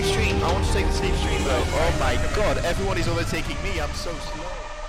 stream. I want to take the sleep stream though. Oh my god, everyone is overtaking me. I'm so slow.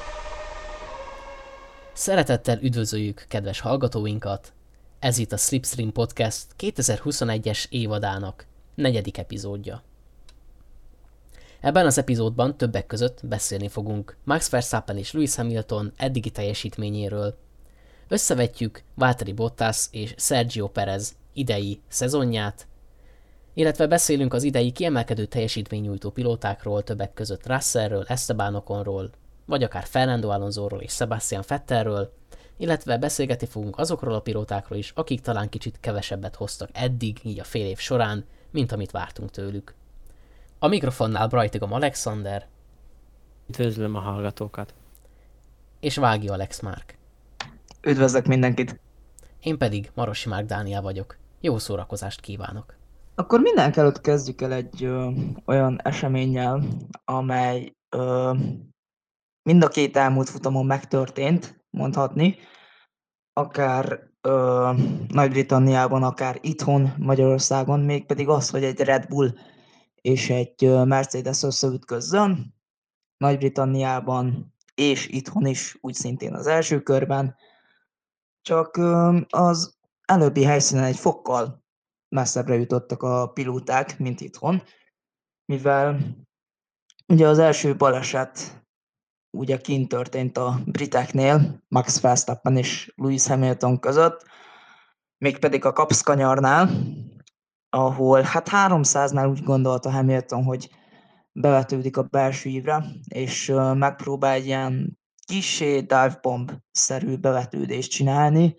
Szeretettel üdvözöljük kedves hallgatóinkat! Ez itt a Slipstream Podcast 2021-es évadának 4. epizódja. Ebben az epizódban többek között beszélni fogunk Max Verstappen és Lewis Hamilton eddigi teljesítményéről. Összevetjük Valtteri Bottas és Sergio Perez idei szezonját, illetve beszélünk az idei kiemelkedő teljesítménynyújtó pilótákról, többek között Russellről, Esteban Oconról, vagy akár Fernando Alonsóról és Sebastian Vettelről, illetve beszélgetni fogunk azokról a pilótákról is, akik talán kicsit kevesebbet hoztak eddig, így a fél év során, mint amit vártunk tőlük. A mikrofonnál Brajtigom Alexander. Üdvözlöm a hallgatókat. És Vági Alex Márk. Üdvözlök mindenkit! Én pedig Marosi Márk Dániel vagyok. Jó szórakozást kívánok! Akkor mindenekelőtt kezdjük el egy olyan eseménnyel, amely mind a két elmúlt futamon megtörtént, mondhatni, akár Nagy-Britanniában, akár itthon Magyarországon, mégpedig az, hogy egy Red Bull és egy Mercedes összeütközzön, Nagy-Britanniában és itthon is, úgy szintén az első körben, csak az előbbi helyszínen egy fokkal messzebbre jutottak a pilóták, mint itthon, mivel ugye az első baleset ugye kint történt a briteknél, Max Verstappen és Lewis Hamilton között, mégpedig a Kapszkanyarnál, ahol hát 300-nál úgy gondolta Hamilton, hogy bevetődik a belső ívre, és megpróbál egy ilyen kissé dive bomb-szerű bevetődést csinálni.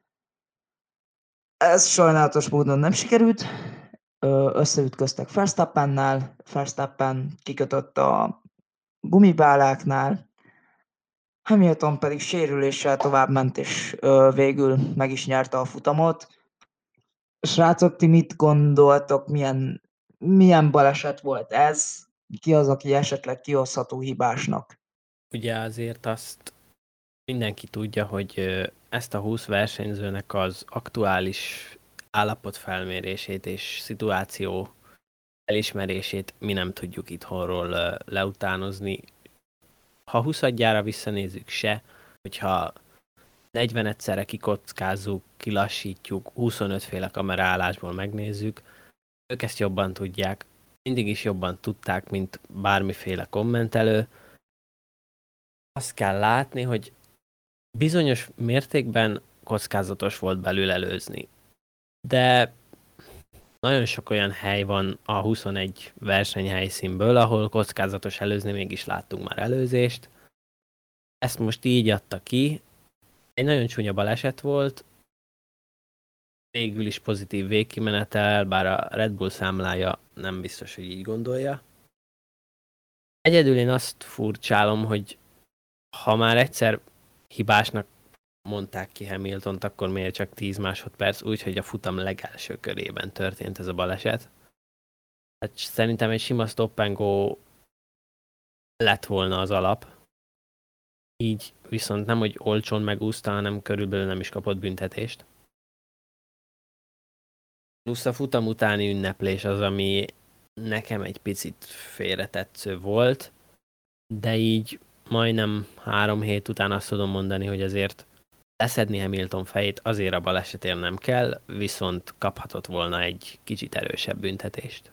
Ez sajnálatos módon nem sikerült, összeütköztek Verstappennel, Verstappen kikötött a gumibáláknál, Hamilton pedig sérüléssel továbbment, és végül meg is nyerte a futamot. Srácok, ti mit gondoltok, milyen baleset volt ez? Ki az, aki esetleg kihozható hibásnak? Ugye azért azt mindenki tudja, hogy ezt a 20 versenyzőnek az aktuális állapotfelmérését és szituáció elismerését mi nem tudjuk itthonról leutánozni. Ha 20-adjára visszanézzük se, hogyha 40-egyszerre kikockázzuk, kilassítjuk, 25 féle kameraállásból megnézzük, ők ezt jobban tudják, mindig is jobban tudták, mint bármiféle kommentelő. Azt kell látni, hogy bizonyos mértékben kockázatos volt belül előzni. De nagyon sok olyan hely van a 21 versenyhelyszínből, ahol kockázatos előzni, mégis láttunk már előzést. Ezt most így adta ki. Egy nagyon csúnya baleset volt, végül is pozitív végkimenetel, bár a Red Bull számlája nem biztos, hogy így gondolja. Egyedül én azt furcsálom, hogy ha már egyszer hibásnak mondták ki Hamiltont, akkor miért csak 10 másodperc, úgyhogy a futam legelső körében történt ez a baleset. Hát szerintem egy sima stop and go lett volna az alap. Így viszont nem, hogy olcsón megúszta, hanem körülbelül nem is kapott büntetést. Plusz a futam utáni ünneplés az, ami nekem egy picit félretetsző volt, de így majdnem 3 hét után azt tudom mondani, hogy azért leszedni Hamilton fejét azért a balesetért nem kell, viszont kaphatott volna egy kicsit erősebb büntetést.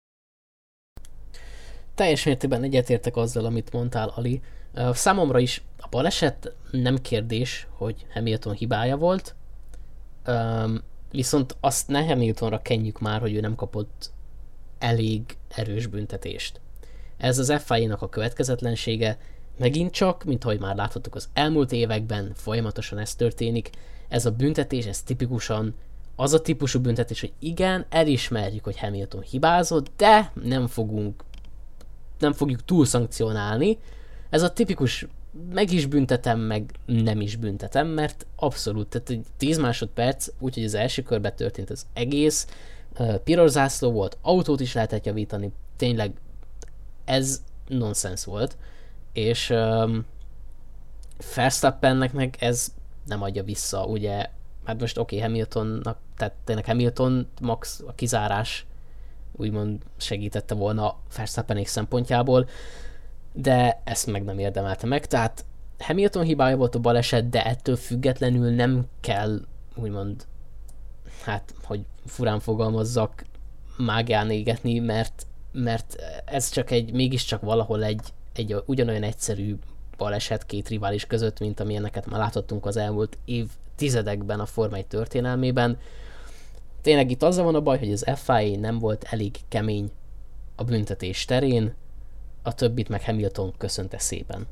Teljes mértékben egyetértek azzal, amit mondtál, Ali. Számomra is a baleset nem kérdés, hogy Hamilton hibája volt, viszont azt ne Hamiltonra kenjük már, hogy ő nem kapott elég erős büntetést. Ez az FIA-nak a következetlensége, megint csak, mint ahogy már láthattuk az elmúlt években, folyamatosan ez történik, ez a büntetés, ez tipikusan az a típusú büntetés, hogy igen, elismerjük, hogy Hamilton hibázott, de nem fogjuk túl szankcionálni. Ez a tipikus meg is büntetem, meg nem is büntetem, mert abszolút, tehát 10 másodperc, úgyhogy az első körben történt az egész, piros zászló volt, autót is lehetett javítani, tényleg ez nonsens volt, és Verstappennek meg ez nem adja vissza, ugye, hát most Hamiltonnak, tehát tényleg Hamilton max a kizárás úgymond segítette volna a Verstappenék szempontjából, de ezt meg nem érdemelte meg, tehát Hamilton hibája volt a baleset, de ettől függetlenül nem kell úgymond, hát, hogy furán fogalmazzak, mágián égetni, mert ez csak mégiscsak valahol egy ugyanolyan egyszerű baleset két rivális között, mint amilyeneket már láthattunk az elmúlt évtizedekben a Forma 1 történelmében. Tényleg itt azzal van a baj, hogy az FIA nem volt elég kemény a büntetés terén, a többit meg Hamilton köszönte szépen.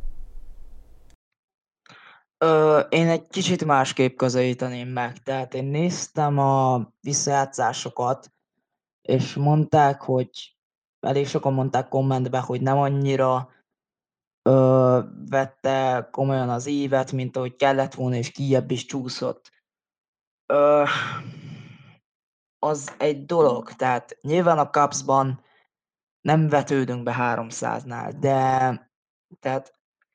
Én egy kicsit másképp közelíteném meg. Tehát én néztem a visszajátszásokat, és mondták, hogy elég sokan mondták kommentbe, hogy nem annyira vette komolyan az évet, mint ahogy kellett volna, és kijebb is csúszott. Az egy dolog, tehát nyilván a Cupsban nem vetődünk be 300-nál, de tehát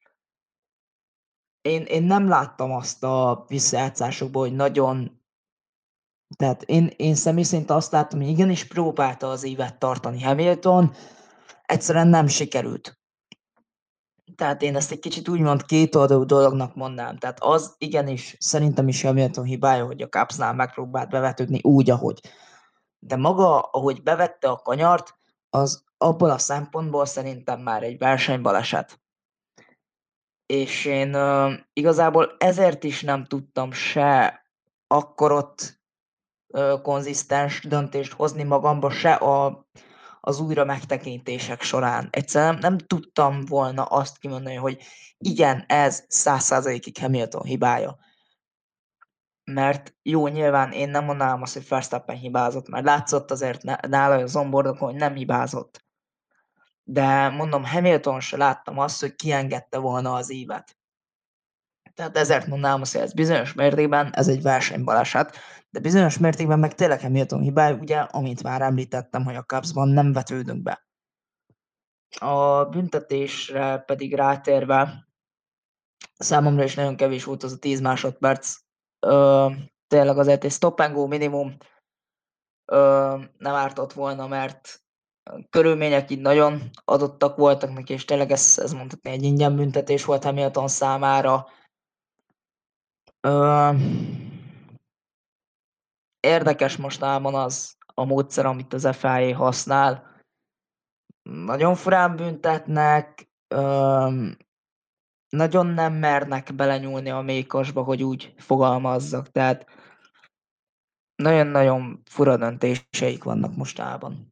én nem láttam azt a visszajátszásokból, hogy nagyon, tehát én személy szerint azt láttam, hogy igenis próbálta az évet tartani Hamilton, egyszerűen nem sikerült. Tehát én ezt egy kicsit úgymond kétoldalú dolognak mondanám. Tehát az igenis szerintem is Hamilton hibája, hogy a Cupsnál megpróbált bevetődni úgy, ahogy. De maga, ahogy bevette a kanyart, az abból a szempontból szerintem már egy versenybaleset. És én igazából ezért is nem tudtam se akkor ott konzisztens döntést hozni magamba, se az újra megtekintések során. Egyszerűen nem tudtam volna azt kimondani, hogy igen, ez 100%-ig Hamilton hibája. Mert jó, nyilván én nem mondanám azt, hogy Verstappen hibázott, mert látszott azért nála az onboardokon, hogy nem hibázott. De mondom, Hamilton se láttam azt, hogy kiengedte volna az évet. Tehát ezért mondanám azt, hogy ez bizonyos mértékben ez egy versenybaleset, de bizonyos mértékben meg tényleg Hamilton hibája, ugye, amint már említettem, hogy a Cupsban nem vetődünk be. A büntetésre pedig rátérve, számomra is nagyon kevés volt az a 10 másodperc. Tényleg azért egy stop and go minimum nem ártott volna, mert körülmények így nagyon adottak voltak neki, és tényleg ez mondhatni egy ingyen büntetés volt Hamilton számára. Érdekes mostában az a módszer, amit az FIA használ. Nagyon furán büntetnek, nagyon nem mernek belenyúlni a mékosba, hogy úgy fogalmazzak, tehát nagyon-nagyon fura döntéseik vannak mostában.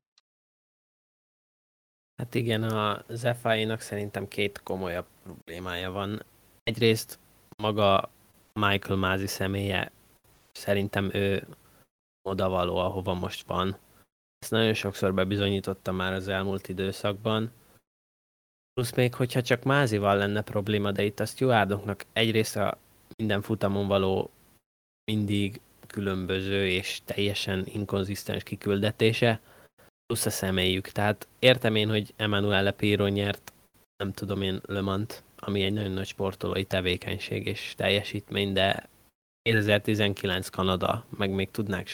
Hát igen, az FIA-nak szerintem két komolyabb problémája van. Egyrészt maga Michael Masi személye, szerintem ő odavaló, ahova most van. Ezt nagyon sokszor bebizonyította már az elmúlt időszakban. Plusz még, hogyha csak Masival lenne probléma, de itt a stewardoknak egyrészt a minden futamon való mindig különböző és teljesen inkonzisztens kiküldetése, plusz a személyük. Tehát értem én, hogy Emanuele Pirro nyert, nem tudom én, Le Mans-t, ami egy nagyon nagy sportolói tevékenység és teljesítmény, de 2019 Kanada, meg még tudnék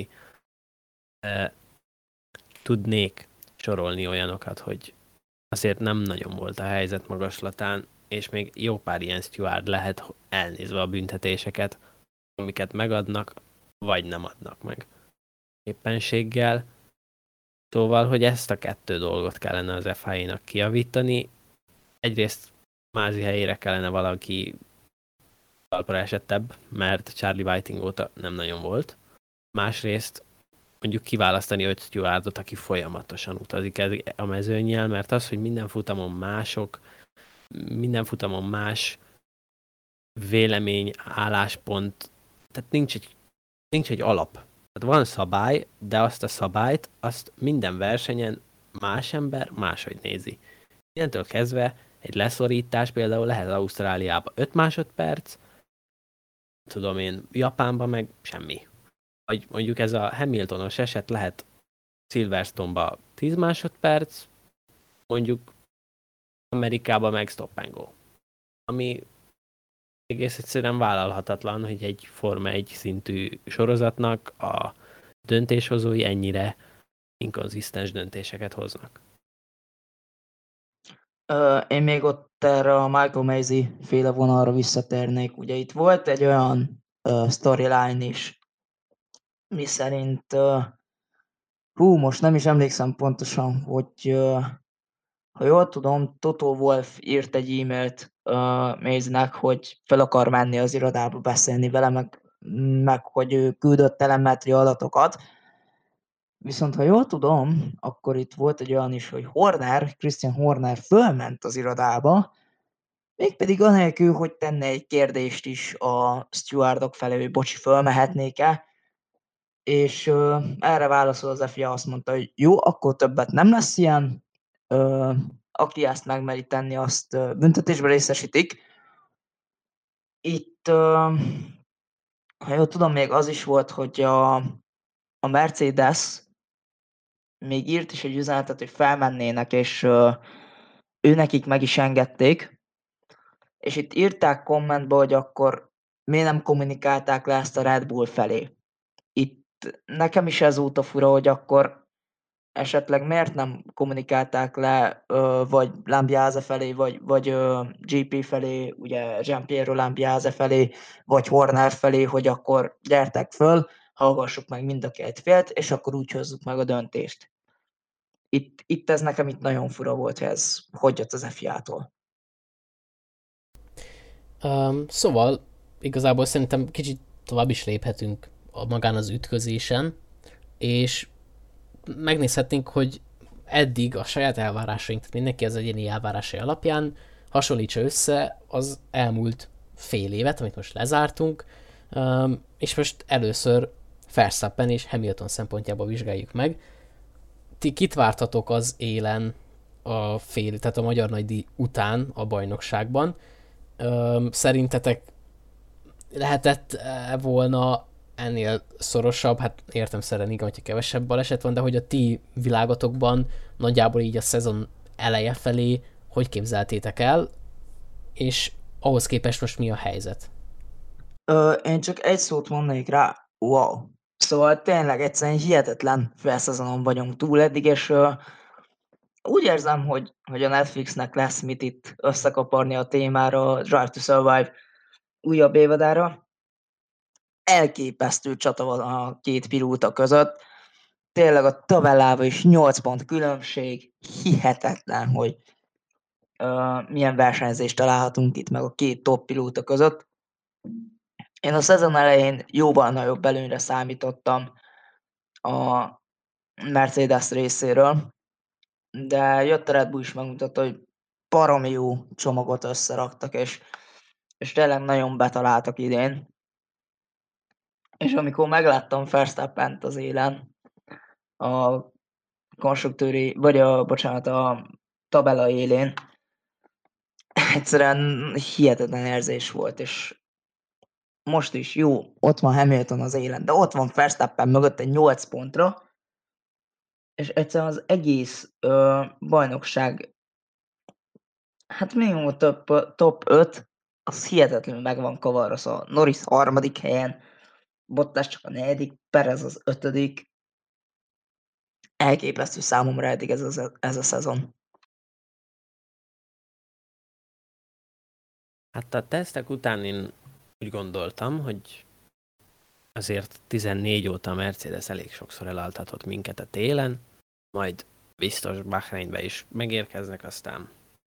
sorolni olyanokat, hogy azért nem nagyon volt a helyzet magaslatán, és még jó pár ilyen steward lehet elnézve a büntetéseket, amiket megadnak, vagy nem adnak meg éppenséggel. Szóval, hogy ezt a kettő dolgot kellene az FIA-nak kijavítani. Egyrészt Masi helyére kellene valaki talpra esettebb, mert Charlie Whiting óta nem nagyon volt. Másrészt mondjuk kiválasztani 5 stewardot, aki folyamatosan utazik a mezőnnyel, mert az, hogy minden futamon más vélemény, álláspont, tehát nincs egy alap. Tehát van szabály, de azt a szabályt, azt minden versenyen más ember máshogy nézi. Innentől kezdve egy leszorítás például lehet Ausztráliában 5 másodperc, tudom én, Japánban meg semmi. Vagy mondjuk ez a Hamiltonos eset lehet Silverstone-ba 10 másodperc, mondjuk Amerikában meg stop and go. Ami egész egyszerűen vállalhatatlan, hogy egy Forma 1 szintű sorozatnak a döntéshozói ennyire inkonzisztens döntéseket hoznak. Én még ott erre a Michael Maisie féle vonalra visszatérnék. Ugye itt volt egy olyan storyline is, miszerint most nem is emlékszem pontosan, hogy ha jól tudom, Toto Wolff írt egy e-mailt Maze-nek, hogy fel akar menni az irodába beszélni vele, meg hogy ő küldött telemetria adatokat. Viszont ha jól tudom, akkor itt volt egy olyan is, hogy Christian Horner fölment az irodába, mégpedig anélkül, hogy tenne egy kérdést is a stewardok felé, hogy bocsi, fölmehetnék-e, és erre válaszol az FIA, azt mondta, hogy jó, akkor többet nem lesz ilyen, aki ezt megmeri tenni, azt büntetésbe részesítik. Itt, ha jól tudom, még az is volt, hogy a Mercedes még írt is egy üzenetet, hogy felmennének, és ő nekik meg is engedték, és itt írták kommentbe, hogy akkor miért nem kommunikálták le ezt a Red Bull felé. Itt nekem is ez óta fura, hogy akkor esetleg miért nem kommunikálták le, vagy Lambiase felé, vagy GP felé, ugye Gianpiero Lambiase felé, vagy Horner felé, hogy akkor gyertek föl, hallgassuk meg mind a két félt, és akkor úgy hozzuk meg a döntést. Itt ez nekem itt nagyon fura volt, hogy ez hogy jött az FIA-tól. Szóval igazából szerintem kicsit tovább is léphetünk magán az ütközésen, és megnézhetnénk, hogy eddig a saját elvárásaink, tehát mindenki az egyéni elvárásai alapján hasonlítsa össze az elmúlt fél évet, amit most lezártunk, és most először Verstappen és Hamilton szempontjából vizsgáljuk meg. Ti kit vártatok az élen tehát a Magyar Nagydíj után a bajnokságban? Szerintetek lehetett volna ennél szorosabb, hát értelemszerűen igen, hogyha kevesebb baleset van, de hogy a ti világotokban nagyjából így a szezon eleje felé hogy képzeltétek el, és ahhoz képest most mi a helyzet? Én csak egy szót mondanék rá, wow. Szóval tényleg egyszerűen hihetetlen felszezonon vagyunk túl eddig, és úgy érzem, hogy a Netflixnek lesz mit itt összekaparni a témára, a Drive to Survive újabb évadára. Elképesztő csata van a két pilóta között. Tényleg a tabellában is 8 pont különbség. Hihetetlen, hogy milyen versenyzést találhatunk itt meg a két top pilóta között. Én a szezon elején jóval nagyobb előnyre számítottam a Mercedes részéről, de jött a Red Bull is megmutatta, hogy baromi jó csomagot összeraktak, és tényleg nagyon betaláltak idén. És amikor megláttam Verstappent az élen, a konstruktőri, vagy a tabella élén, egyszerűen hihetetlen érzés volt, és most is jó, ott van Hamilton az élen, de ott van Verstappen mögötte 8 pontra, és egyszerűen az egész bajnokság, hát minimum top 5, az hihetetlenül meg van kavarva, szóval Norris 3. helyen, Bottas csak a 4., Perez az 5. Elképesztő számomra eddig ez a szezon. Hát a tesztek után én úgy gondoltam, hogy azért 14 óta a Mercedes elég sokszor elaltatott minket a télen, majd biztos Bahreinbe is megérkeznek, aztán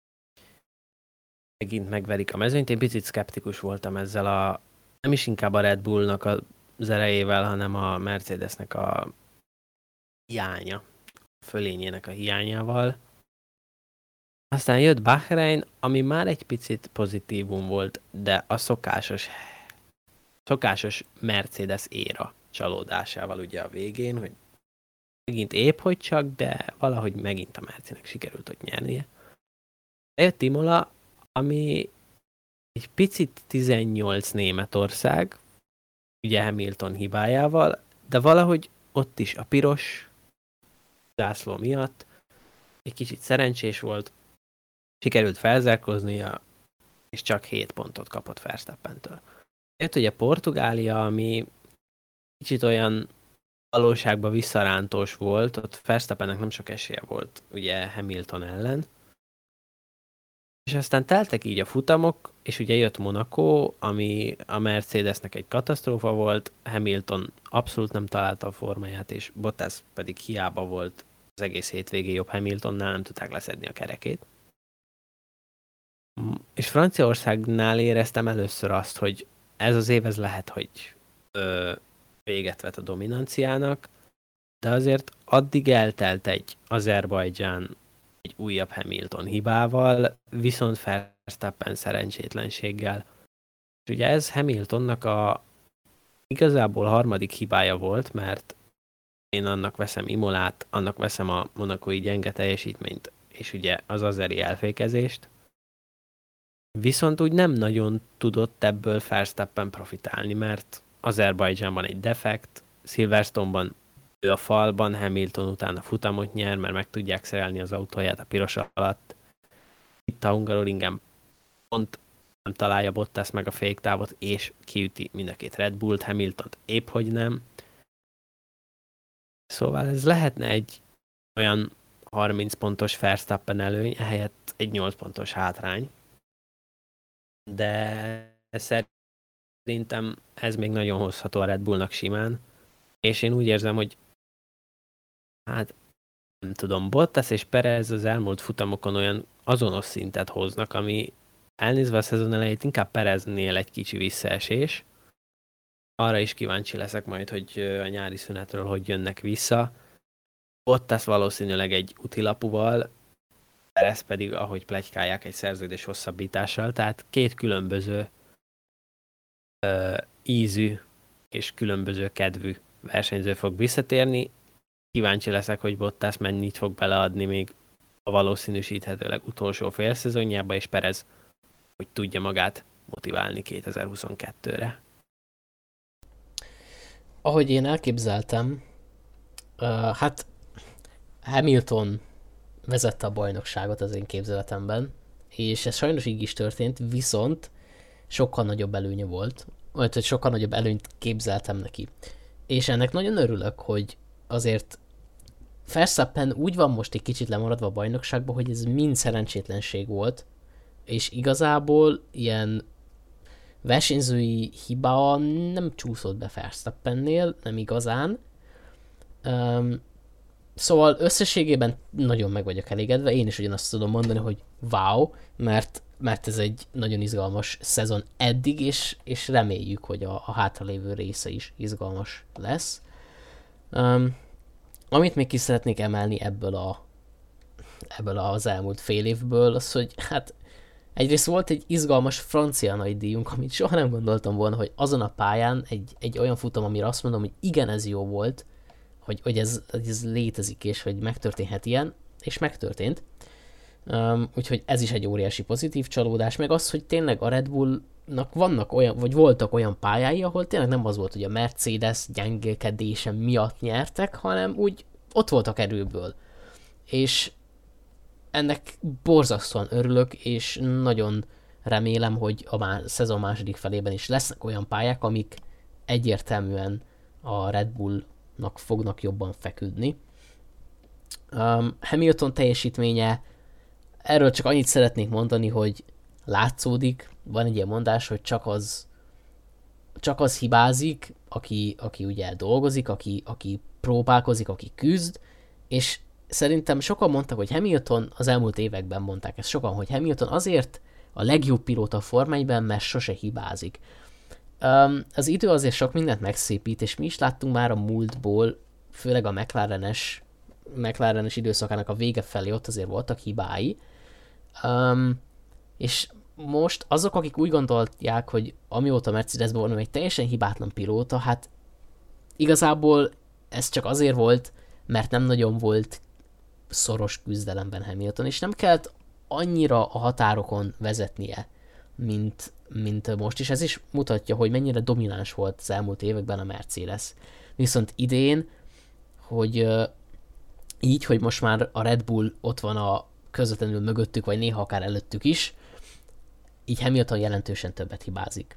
megint megverik a mezőnyt. Én picit szkeptikus voltam ezzel nem is inkább a Red Bullnak az erejével, hanem a Mercedesnek a hiánya, a fölényének a hiányával. Aztán jött Bahrein, ami már egy picit pozitívum volt, de a szokásos Mercedes éra csalódásával ugye a végén, hogy megint épp hogy csak, de valahogy megint a Mercinek sikerült ott nyernie. Jött Imola, ami egy picit 18 Németország, ugye Hamilton hibájával, de valahogy ott is a piros zászló miatt egy kicsit szerencsés volt, sikerült felzárkóznia, és csak 7 pontot kapott Verstappentől. Jött ugye Portugália, ami kicsit olyan valóságban visszarántós volt, ott Verstappennek nem sok esélye volt ugye Hamilton ellen. És aztán teltek így a futamok, és ugye jött Monaco, ami a Mercedesnek egy katasztrófa volt, Hamilton abszolút nem találta a formáját, és Bottas pedig hiába volt az egész hétvégén jobb Hamiltonnál, nem tudták leszedni a kerekét. És Franciaországnál éreztem először azt, hogy ez az év ez lehet, hogy véget vet a dominanciának, de azért addig eltelt egy Azerbajdzsán egy újabb Hamilton hibával, viszont Verstappen szerencsétlenséggel. És ugye ez Hamiltonnak a igazából harmadik hibája volt, mert én annak veszem Imolát, annak veszem a monacói gyenge teljesítményt, és ugye az azeri elfékezést. Viszont úgy nem nagyon tudott ebből Verstappen profitálni, mert Azerbajdzsánban egy defekt, Silverstone-ban ő a falban, Hamilton utána futamot nyer, mert meg tudják szerelni az autóját a piros alatt. Itt a Hungaroringen pont nem találja Bottas meg a féktávot, és kiüti mind a két Red Bullt, Hamiltont épp hogy nem. Szóval ez lehetne egy olyan 30 pontos Verstappen előny, ehelyett egy 8 pontos hátrány. De szerintem ez még nagyon hozható a Red Bullnak simán, és én úgy érzem, hogy hát nem tudom, Bottas és Perez az elmúlt futamokon olyan azonos szintet hoznak, ami elnézve a szezon elejét inkább Pereznél egy kicsi visszaesés. Arra is kíváncsi leszek majd, hogy a nyári szünetről hogy jönnek vissza. Bottas valószínűleg egy utilapuval, Perez pedig, ahogy pletykálják, egy szerződés hosszabbítással, tehát két különböző ízű és különböző kedvű versenyző fog visszatérni. Kíváncsi leszek, hogy Bottas mennyit fog beleadni még a valószínűsíthetőleg utolsó félszezonjába, és Perez, hogy tudja magát motiválni 2022-re. Ahogy én elképzeltem, hát Hamilton vezette a bajnokságot az én képzeletemben, és ez sajnos így is történt, viszont sokkal nagyobb előnye volt, vagy hogy sokkal nagyobb előnyt képzeltem neki. És ennek nagyon örülök, hogy azért Verstappen úgy van most egy kicsit lemaradva a bajnokságban, hogy ez mind szerencsétlenség volt, és igazából ilyen versenyzői hiba nem csúszott be Verstappennél, nem igazán. Szóval összességében nagyon meg vagyok elégedve, én is ugyanazt tudom mondani, hogy wow, mert ez egy nagyon izgalmas szezon eddig, és reméljük, hogy a hátralévő része is izgalmas lesz. Amit még ki szeretnék emelni ebből az elmúlt fél évből, az, hogy hát egyrészt volt egy izgalmas francia nagydíjunk, amit soha nem gondoltam volna, hogy azon a pályán egy olyan futam, amire azt mondom, hogy igen, ez jó volt, hogy ez létezik, és hogy megtörténhet ilyen, és megtörtént. Úgyhogy ez is egy óriási pozitív csalódás, meg az, hogy tényleg a Red Bullnak vannak olyan, vagy voltak olyan pályái, ahol tényleg nem az volt, hogy a Mercedes gyengélkedése miatt nyertek, hanem úgy ott voltak erőből. És ennek borzasztóan örülök, és nagyon remélem, hogy a szezon második felében is lesznek olyan pályák, amik egyértelműen a Red Bullnak fognak jobban feküdni. Hamilton teljesítménye, erről csak annyit szeretnék mondani, hogy látszódik, van egy ilyen mondás, hogy csak az hibázik, aki ugye dolgozik, aki próbálkozik, aki küzd, és szerintem sokan mondtak, hogy Hamilton, az elmúlt években mondták ezt sokan, hogy Hamilton azért a legjobb pilóta formájában, mert sose hibázik. Az idő azért sok mindent megszépít, és mi is láttunk már a múltból, főleg a McLarenes időszakának a vége felé ott azért voltak hibái. És most azok, akik úgy gondolják, hogy amióta Mercedesben van egy teljesen hibátlan pilóta, hát igazából ez csak azért volt, mert nem nagyon volt szoros küzdelemben Hamilton, és nem kellett annyira a határokon vezetnie, mint most, és ez is mutatja, hogy mennyire domináns volt az elmúlt években a Mercedes. Viszont idén, hogy így, hogy most már a Red Bull ott van a közvetlenül mögöttük, vagy néha akár előttük is, így Hamilton jelentősen többet hibázik.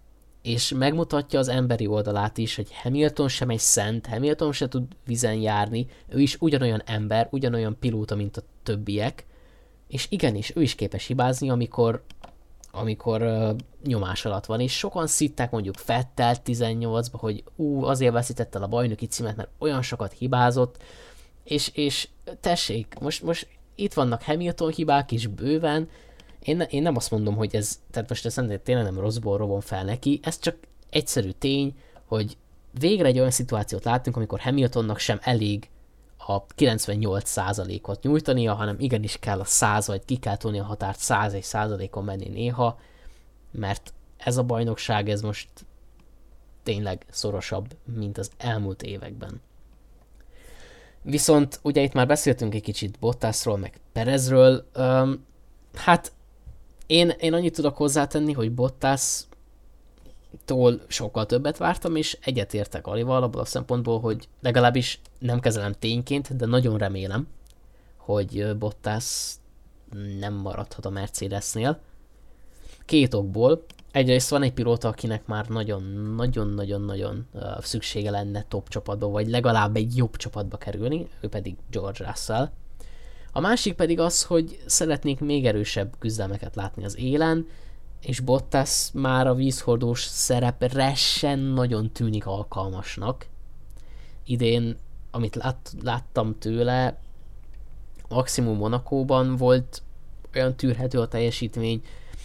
és megmutatja az emberi oldalát is, hogy Hamilton sem egy szent, Hamilton se tud vízen járni, ő is ugyanolyan ember, ugyanolyan pilóta, mint a többiek, és igenis, ő is képes hibázni, amikor nyomás alatt van, és sokan szitták mondjuk Vettel 18-ba, hogy azért veszítette el a bajnoki címet, mert olyan sokat hibázott, és tessék, most itt vannak Hamilton hibák is bőven, én nem azt mondom, hogy tehát most ezt tényleg nem rosszból robom fel neki, ez csak egyszerű tény, hogy végre egy olyan szituációt látunk, amikor Hamiltonnak sem elég a 98%-ot nyújtania, hanem igenis kell a 100, vagy ki kell tolni a határt 101%-on menni néha, mert ez a bajnokság, ez most tényleg szorosabb, mint az elmúlt években. Viszont ugye itt már beszéltünk egy kicsit Bottasról, meg Perezről, hát én annyit tudok hozzátenni, hogy Bottastól sokkal többet vártam, és egyetértek Alival abban a szempontból, hogy legalábbis nem kezelem tényként, de nagyon remélem, hogy Bottas nem maradhat a Mercedesnél. Két okból. Egyrészt van egy pilóta, akinek már nagyon-nagyon-nagyon szüksége lenne top csapatba, vagy legalább egy jobb csapatba kerülni, ő pedig George Russell. A másik pedig az, hogy szeretnék még erősebb küzdelmeket látni az élen, és Bottas már a vízhordós szerepre sem nagyon tűnik alkalmasnak. Idén, amit láttam tőle, maximum Monacóban volt olyan tűrhető a teljesítmény,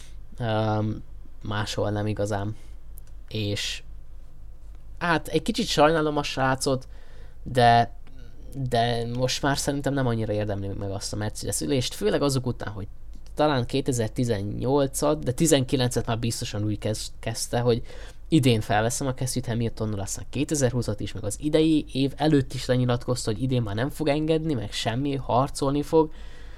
máshol nem igazán. És hát egy kicsit sajnálom a srácot, de most már szerintem nem annyira érdemli meg azt a Mercedes ülést, főleg azok után, hogy talán 2018-at, de 19-et már biztosan úgy kezdte, hogy idén felveszem a kesztyűt Hamiltonnal, aztán 2020-at is, meg az idei év előtt is lenyilatkozta, hogy idén már nem fog engedni, meg semmi, harcolni fog.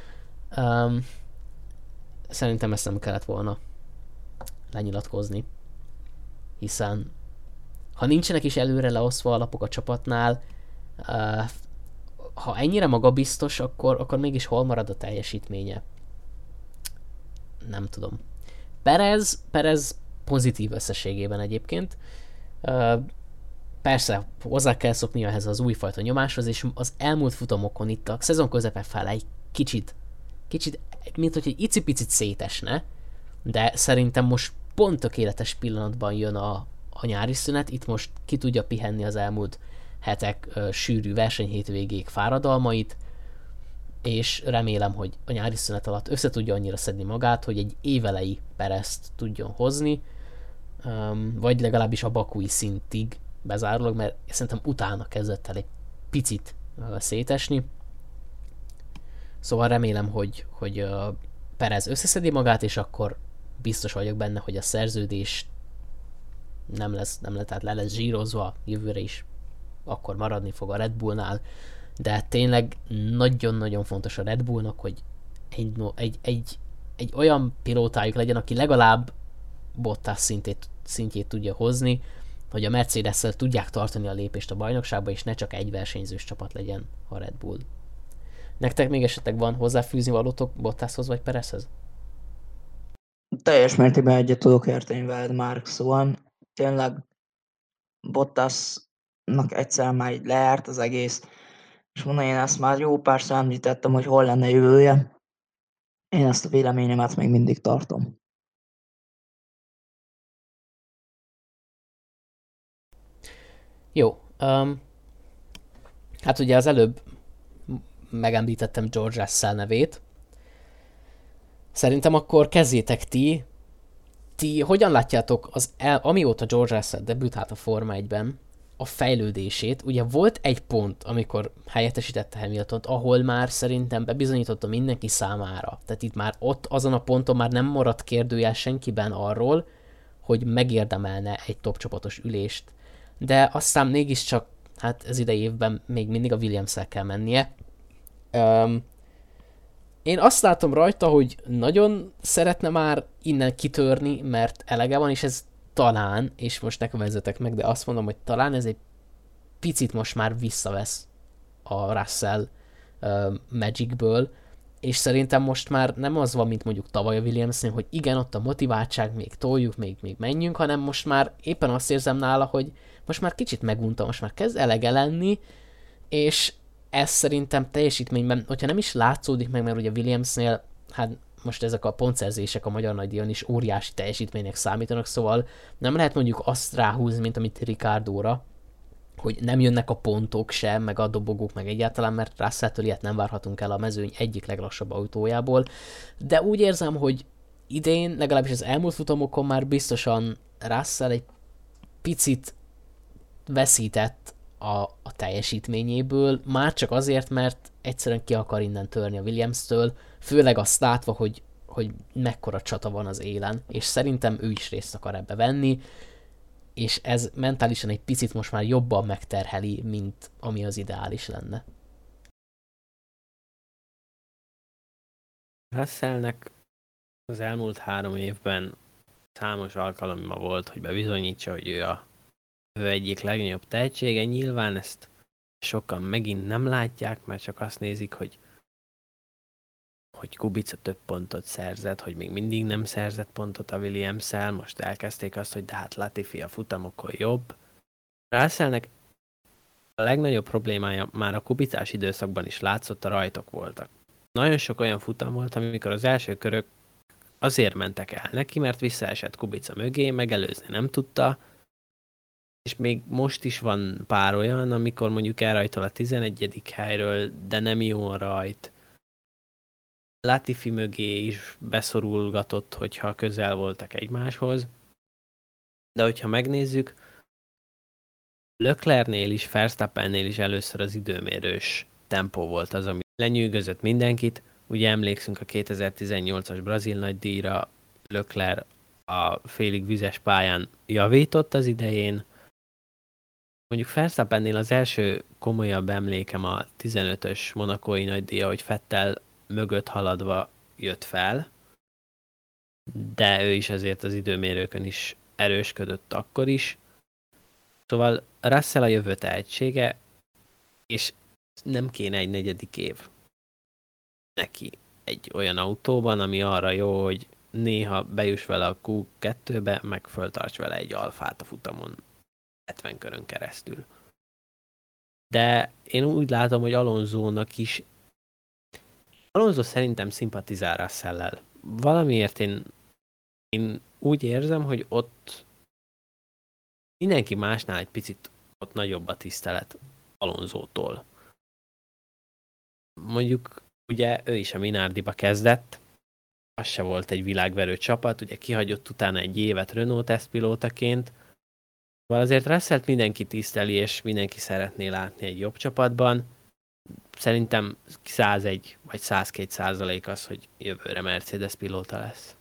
Szerintem ezt nem kellett volna lenyilatkozni, hiszen ha nincsenek is előre leosztva a lapok a csapatnál, ha ennyire magabiztos, akkor mégis hol marad a teljesítménye? Nem tudom. Perez pozitív összességében egyébként. Persze hozzá kell szokni ehhez az újfajta nyomáshoz, és az elmúlt futamokon itt a szezon közepe fel egy kicsit, mint hogy egy icipicit szétesne, de szerintem most pont tökéletes pillanatban jön a nyári szünet, itt most ki tudja pihenni az elmúlt hetek sűrű versenyhétvégéig fáradalmait, és remélem, hogy a nyári szünet alatt össze tudja annyira szedni magát, hogy egy évelei Perezt tudjon hozni, vagy legalábbis a bakui szintig bezárólag, mert szerintem utána kezdett el egy picit szétesni. Szóval remélem, hogy Perez összeszedi magát, és akkor biztos vagyok benne, hogy a szerződés tehát le lesz zsírozva jövőre is, akkor maradni fog a Red Bullnál, de tényleg nagyon-nagyon fontos a Red Bullnak, hogy egy olyan pilótájuk legyen, aki legalább Bottas szintjét tudja hozni, hogy a Mercedes-szel tudják tartani a lépést a bajnokságba, és ne csak egy versenyzős csapat legyen a Red Bull. Nektek még esetleg van hozzáfűzni valótok Bottashoz vagy Perezhez? Teljes mértékben egyet tudok érteni veled, Márk, szóval tényleg Bottasnak egyszer már így lejárt az egész, és mondom, én ezt már jó párszor említettem, hogy hol lenne jövője. Én ezt a véleményemet még mindig tartom. Jó. Hát ugye az előbb megemlítettem George Russell nevét. Szerintem akkor kezdjétek ti. Ti hogyan látjátok amióta George Russell debütált a Forma 1-ben a fejlődését? Ugye volt egy pont, amikor helyettesítette Hamiltont, ahol már szerintem bebizonyította mindenki számára. Tehát itt már ott azon a ponton már nem maradt kérdőjel senkiben arról, hogy megérdemelne egy top csapatos ülést. De aztán mégiscsak, hát ez idei évben még mindig a Williams-el kell mennie. Én azt látom rajta, hogy nagyon szeretne már innen kitörni, mert elege van, és ez talán, és most ne kövezzetek meg, de azt mondom, hogy talán ez egy picit most már visszavesz a Russell Magicből, és szerintem most már nem az van, mint mondjuk tavaly a Williamsnél, hogy igen, ott a motiváltság, még toljuk, még menjünk, hanem most már éppen azt érzem nála, hogy most már kicsit megunta, most már kezd elege lenni, és ez szerintem teljesítményben, hogyha nem is látszódik meg, mert ugye Williamsnél, hát most ezek a pontszerzések a magyar nagydíjon is óriási teljesítménynek számítanak, szóval nem lehet mondjuk azt ráhúzni, mint amit Ricardóra, hogy nem jönnek a pontok sem, meg a dobogók, meg egyáltalán, mert Russell-től ilyet nem várhatunk el a mezőny egyik leglassabb autójából, de úgy érzem, hogy idén, legalábbis az elmúlt futamokon már biztosan Russell egy picit veszített a teljesítményéből, már csak azért, mert egyszerűen ki akar innen törni a Williams-től, főleg azt látva, hogy mekkora csata van az élen, és szerintem ő is részt akar ebbe venni, és ez mentálisan egy picit most már jobban megterheli, mint ami az ideális lenne. Russellnek az elmúlt 3 évben számos alkalommal volt, hogy bebizonyítsa, hogy ő egyik legnagyobb tehetsége. Nyilván ezt sokan megint nem látják, mert csak azt nézik, hogy Kubica több pontot szerzett, hogy még mindig nem szerzett pontot a Williams-szel, most elkezdték azt, hogy de hát Latifi a futamokon jobb. Russellnek a legnagyobb problémája már a kubicás időszakban is látszott, a rajtok voltak. Nagyon sok olyan futam volt, amikor az első körök azért mentek el neki, mert visszaesett Kubica mögé, megelőzni nem tudta, és még most is van pár olyan, amikor mondjuk elrajtol a 11. helyről, de nem jó a rajt. Latifi mögé is beszorulgatott, hogyha közel voltak egymáshoz. De hogyha megnézzük, Leclercnél is, Verstappennél is először az időmérős tempó volt az, ami lenyűgözött mindenkit. Ugye emlékszünk a 2018-as brazil nagydíjra, Leclerc a félig vizes pályán javított az idején. Mondjuk Verstappennél az első komolyabb emlékem a 15-ös monakói nagydíja, hogy Vettel mögött haladva jött fel, de ő is azért az időmérőkön is erősködött akkor is. Szóval Russell a jövő tehetsége, és nem kéne egy 4. év neki egy olyan autóban, ami arra jó, hogy néha bejuss vele a Q2-be, meg föltarts vele egy alfát a futamon 70 körön keresztül. De én úgy látom, hogy Alonso szerintem szimpatizál Russell-lel. Valamiért én úgy érzem, hogy ott mindenki másnál egy picit ott nagyobb a tisztelet Alonsótól. Mondjuk ugye ő is a Minardiba kezdett, az se volt egy világverő csapat, ugye kihagyott utána egy évet Renault tesztpilótaként, szóval azért Russellt mindenki tiszteli, és mindenki szeretné látni egy jobb csapatban. Szerintem 101 vagy 102% az, hogy jövőre Mercedes pilóta lesz.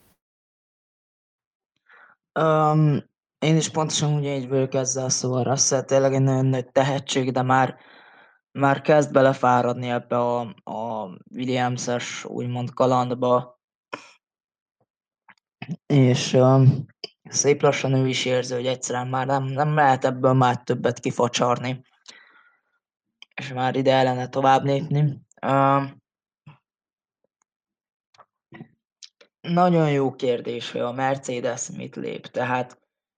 Én is pontosan ugyanígy vagyok ezzel, szóval Russell tényleg egy nagyon nagy tehetség, de már kezd belefáradni ebbe a Williams-es úgymond kalandba, és szép lassan ő is érzi, hogy egyszerűen már nem lehet ebből már többet kifacsarni, és már ide ellene tovább lépni. Nagyon jó kérdés, hogy a Mercedes mit lép, tehát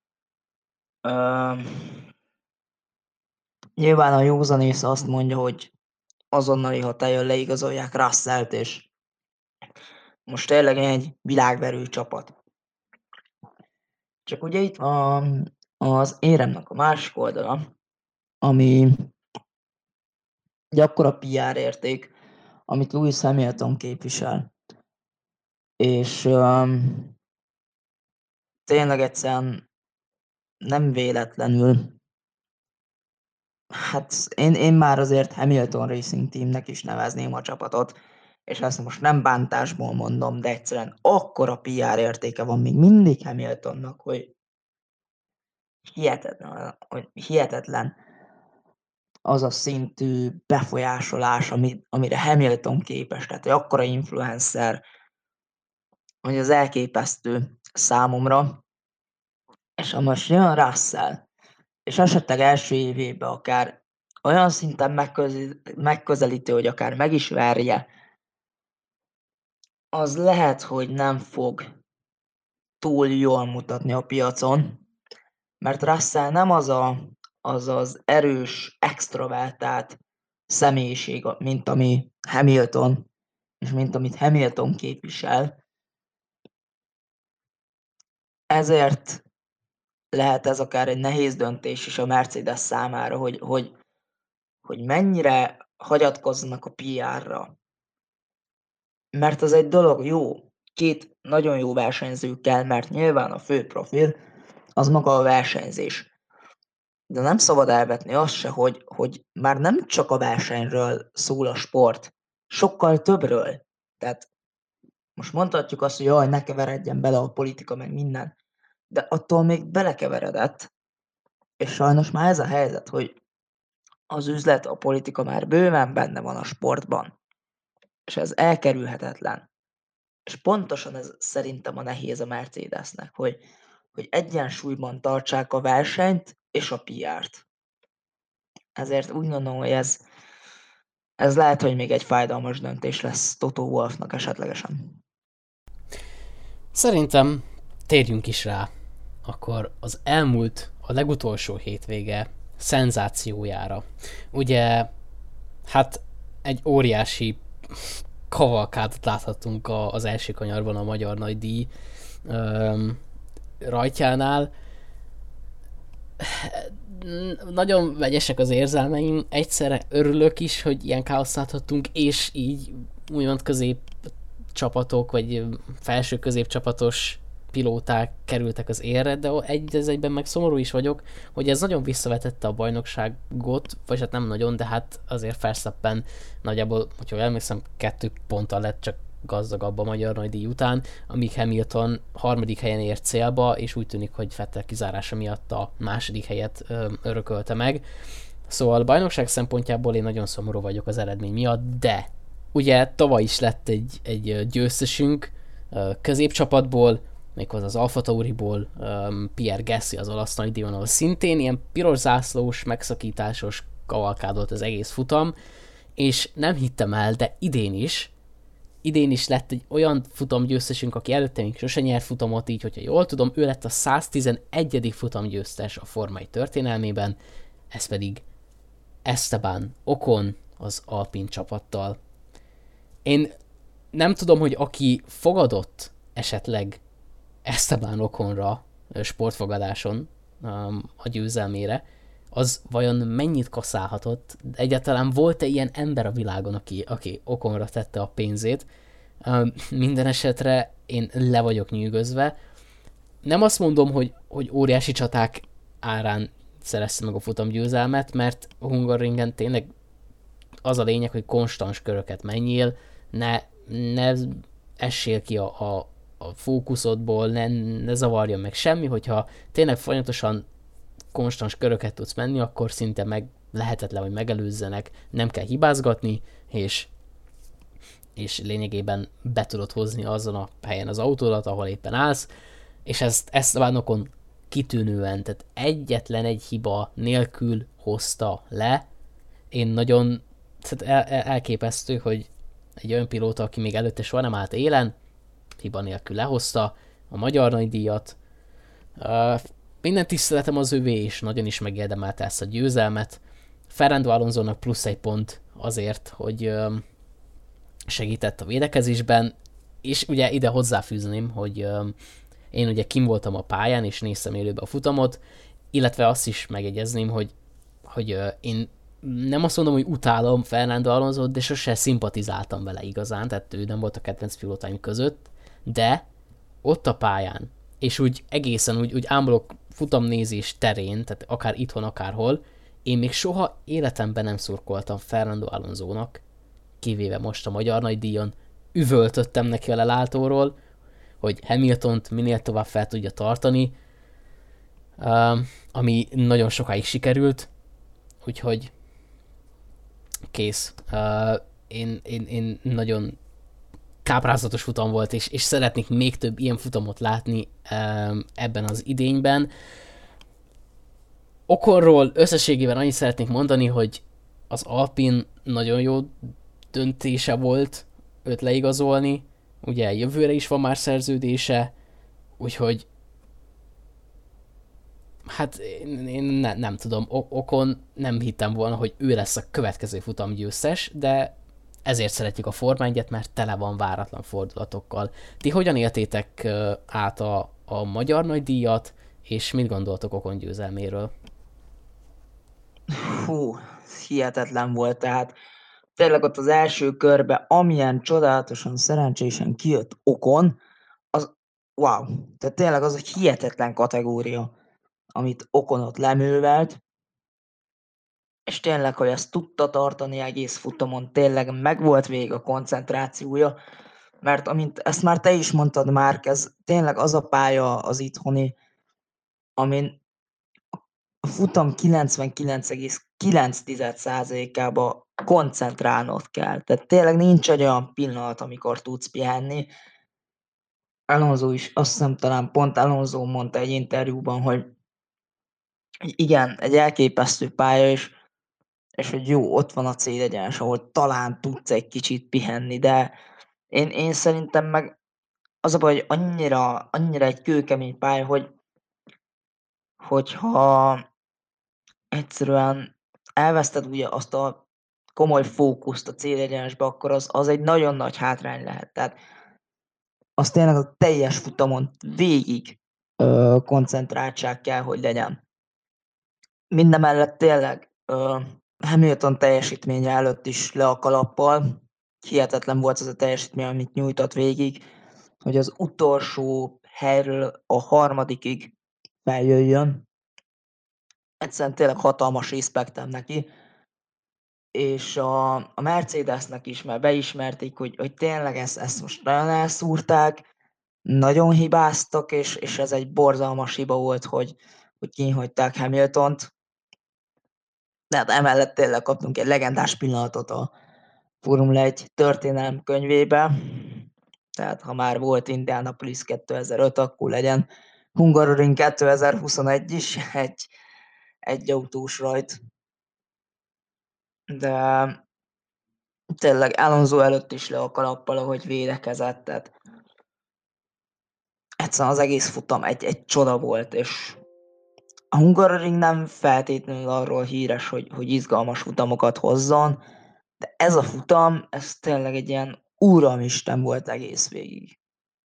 nyilván a józanész azt mondja, hogy azonnali hatállyal leigazolják Russellt, és most tényleg egy világverő csapat. Csak ugye itt az éremnek a másik oldala, ami egy akkora PR érték, amit Lewis Hamilton képvisel. És tényleg egyszerűen nem véletlenül, hát én már azért Hamilton Racing Teamnek is nevezném a csapatot, és ezt most nem bántásból mondom, de egyszerűen akkora PR értéke van még mindig Hamiltonnak, hogy hihetetlen az a szintű befolyásolás, amire Hamilton képes, tehát egy akkora influencer, hogy az elképesztő számomra, és ha most jön Russell, és esetleg első évében akár olyan szinten megközelítő, hogy akár meg is verje az lehet, hogy nem fog túl jól mutatni a piacon, mert Russell nem az erős, extrovertált személyiség, mint ami Hamilton, és mint amit Hamilton képvisel. Ezért lehet ez akár egy nehéz döntés is a Mercedes számára, hogy mennyire hagyatkoznak a PR-ra. Mert az egy dolog, jó, két nagyon jó versenyző kell, mert nyilván a fő profil az maga a versenyzés. De nem szabad elvetni azt se, hogy már nem csak a versenyről szól a sport, sokkal többről. Tehát most mondhatjuk azt, hogy jaj, ne keveredjen bele a politika, meg minden. De attól még belekeveredett, és sajnos már ez a helyzet, hogy az üzlet, a politika már bőven benne van a sportban. És ez elkerülhetetlen. És pontosan ez szerintem a nehéz a Mercedesnek, hogy egyensúlyban tartsák a versenyt és a PR-t. Ezért úgy gondolom, hogy ez lehet, hogy még egy fájdalmas döntés lesz Toto Wolffnak esetlegesen. Szerintem térjünk is rá akkor a legutolsó hétvége szenzációjára. Ugye, hát egy óriási kavalkádat láthattunk az első kanyarban a Magyar Nagydíj rajtjánál. Nagyon vegyesek az érzelmeim, egyszerre örülök is, hogy ilyen káoszt láthattunk, és így úgymond középcsapatok, vagy felső középcsapatos pilóták kerültek az élre, de egyben meg szomorú is vagyok, hogy ez nagyon visszavetette a bajnokságot, vagy hát nem nagyon, de hát azért Verstappen nagyjából, hogyha emlékszem, 2 ponttal lett csak gazdagabb a Magyar Nagydíj után, amíg Hamilton 3. helyen ért célba, és úgy tűnik, hogy Vettel kizárása miatt a 2. helyet örökölte meg. Szóval a bajnokság szempontjából én nagyon szomorú vagyok az eredmény miatt, de ugye tavaly is lett egy győztesünk középcsapatból, méghozzá az Alfa Tauriból, Pierre Gasly az olasz nagydíjon, ahol szintén ilyen piros zászlós, megszakításos kavalkádolt az egész futam, és nem hittem el, de idén is lett egy olyan futamgyőztesünk, aki előtte még sose nyert futamot, így, hogyha jól tudom, ő lett a 111. futamgyőztes a Forma 1 történelmében, ez pedig Esteban Ocon az Alpine csapattal. Én nem tudom, hogy aki fogadott esetleg Esteban Oconra sportfogadáson a győzelmére, az vajon mennyit kaszálhatott? Egyáltalán volt-e ilyen ember a világon, aki Oconra tette a pénzét? Minden esetre én le vagyok nyűgözve. Nem azt mondom, hogy óriási csaták árán szerezte meg a futamgyőzelmet, mert a Hungaroringen tényleg az a lényeg, hogy konstans köröket menjél, ne essél ki a fókuszodból, ne zavarjon meg semmi, hogyha tényleg folyamatosan konstans köröket tudsz menni, akkor szinte meg lehetetlen, hogy megelőzzenek, nem kell hibázgatni, és lényegében be tudod hozni azon a helyen az autódat, ahol éppen állsz, és ezt Ocon kitűnően, tehát egyetlen egy hiba nélkül hozta le. Én nagyon elképesztő, hogy egy olyan pilóta, aki még előtte soha nem állt élen, hiba nélkül lehozta a Magyar Nagydíjat. Minden tiszteletem az övé, és nagyon is megérdemelte ezt a győzelmet. Fernando Alonsónak plusz 1 pont azért, hogy segített a védekezésben, és ugye ide hozzáfűzném, hogy én ugye kim voltam a pályán, és néztem élőbe a futamot, illetve azt is megjegyezném, hogy én nem azt mondom, hogy utálom Fernando Alonsót, de sose szimpatizáltam vele igazán, tehát ő nem volt a kedvenc pilótáim között, de ott a pályán, és úgy egészen úgy ámblok futamnézés terén, tehát akár itthon, akárhol, én még soha életemben nem szurkoltam Fernando Alonsónak, kivéve most a Magyar Nagydíjon, üvöltöttem neki a lelátóról, hogy Hamiltont minél tovább fel tudja tartani, ami nagyon sokáig sikerült, úgyhogy kész. Én nagyon káprázatos futam volt, és szeretnék még több ilyen futamot látni ebben az idényben. Oconról összességében annyit szeretnék mondani, hogy az Alpine nagyon jó döntése volt őt leigazolni. ugye jövőre is van már szerződése, úgyhogy hát én nem tudom, Ocon nem hittem volna, hogy ő lesz a következő futamgyőztes, de ezért szeretjük a Forma 1-et, mert tele van váratlan fordulatokkal. Ti hogyan éltétek át a magyar nagydíjat, és mit gondoltok Ocon győzelméről? Hú, hihetetlen volt, tehát tényleg ott az első körbe, amilyen csodálatosan, szerencsésen kijött Ocon, az wow, tehát tényleg az egy hihetetlen kategória, amit Ocon ott leművelt, és tényleg, hogy ezt tudta tartani egész futamon, tényleg megvolt végig a koncentrációja, mert amint ezt már te is mondtad, Márk, ez tényleg az a pálya az itthoni, amin a futam 99,9%-ába koncentrálnod kell. Tehát tényleg nincs egy olyan pillanat, amikor tudsz pihenni. Alonso is, azt hiszem talán pont Alonso mondta egy interjúban, hogy igen, egy elképesztő pálya, és hogy jó, ott van a célegyenes, ahol talán tudsz egy kicsit pihenni, de én szerintem meg az a baj, hogy annyira egy kőkemény pálya, hogyha egyszerűen elveszted ugye azt a komoly fókuszt a célegyenesbe, akkor az egy nagyon nagy hátrány lehet. Tehát az tényleg a teljes futamon végig koncentráltság kell, hogy legyen. Mindemellett tényleg Hamilton teljesítménye előtt is le a kalappal. Hihetetlen volt az a teljesítmény, amit nyújtott végig, hogy az utolsó helyről a harmadikig feljöjjön. Egyszerűen tényleg hatalmas respektem neki. És a Mercedesnek is, mert beismerték, hogy tényleg ezt most nagyon elszúrták, nagyon hibáztak, és ez egy borzalmas hiba volt, hogy kihagyták Hamiltont. De hát emellett tényleg kaptunk egy legendás pillanatot a Formula 1 történelem könyvébe. Tehát ha már volt Indianapolis 2005, akkor legyen Hungaroring 2021 is egy autós rajt. De tényleg Alonso előtt is le a kalappal, ahogy védekezett, tehát egyszerűen az egész futam egy csoda volt, és a Hungaroring nem feltétlenül arról híres, hogy izgalmas futamokat hozzon, de ez a futam, ez tényleg egy ilyen uramisten volt egész végig.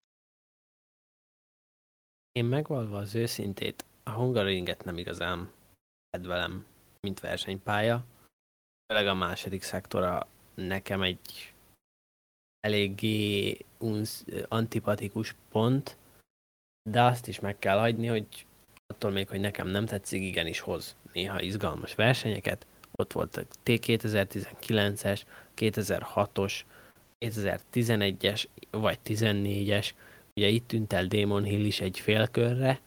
Én megvalva az őszintét, a Hungaroringet nem igazán kedvelem, mint versenypálya. Főleg a második szektora nekem egy eléggé antipatikus pont, de azt is meg kell hagyni, hogy attól még, hogy nekem nem tetszik, igenis hoz néha izgalmas versenyeket. Ott volt a T2019-es, 2006-os, 2011-es, vagy 14-es. Ugye itt tűnt el Damon Hill is egy félkörre.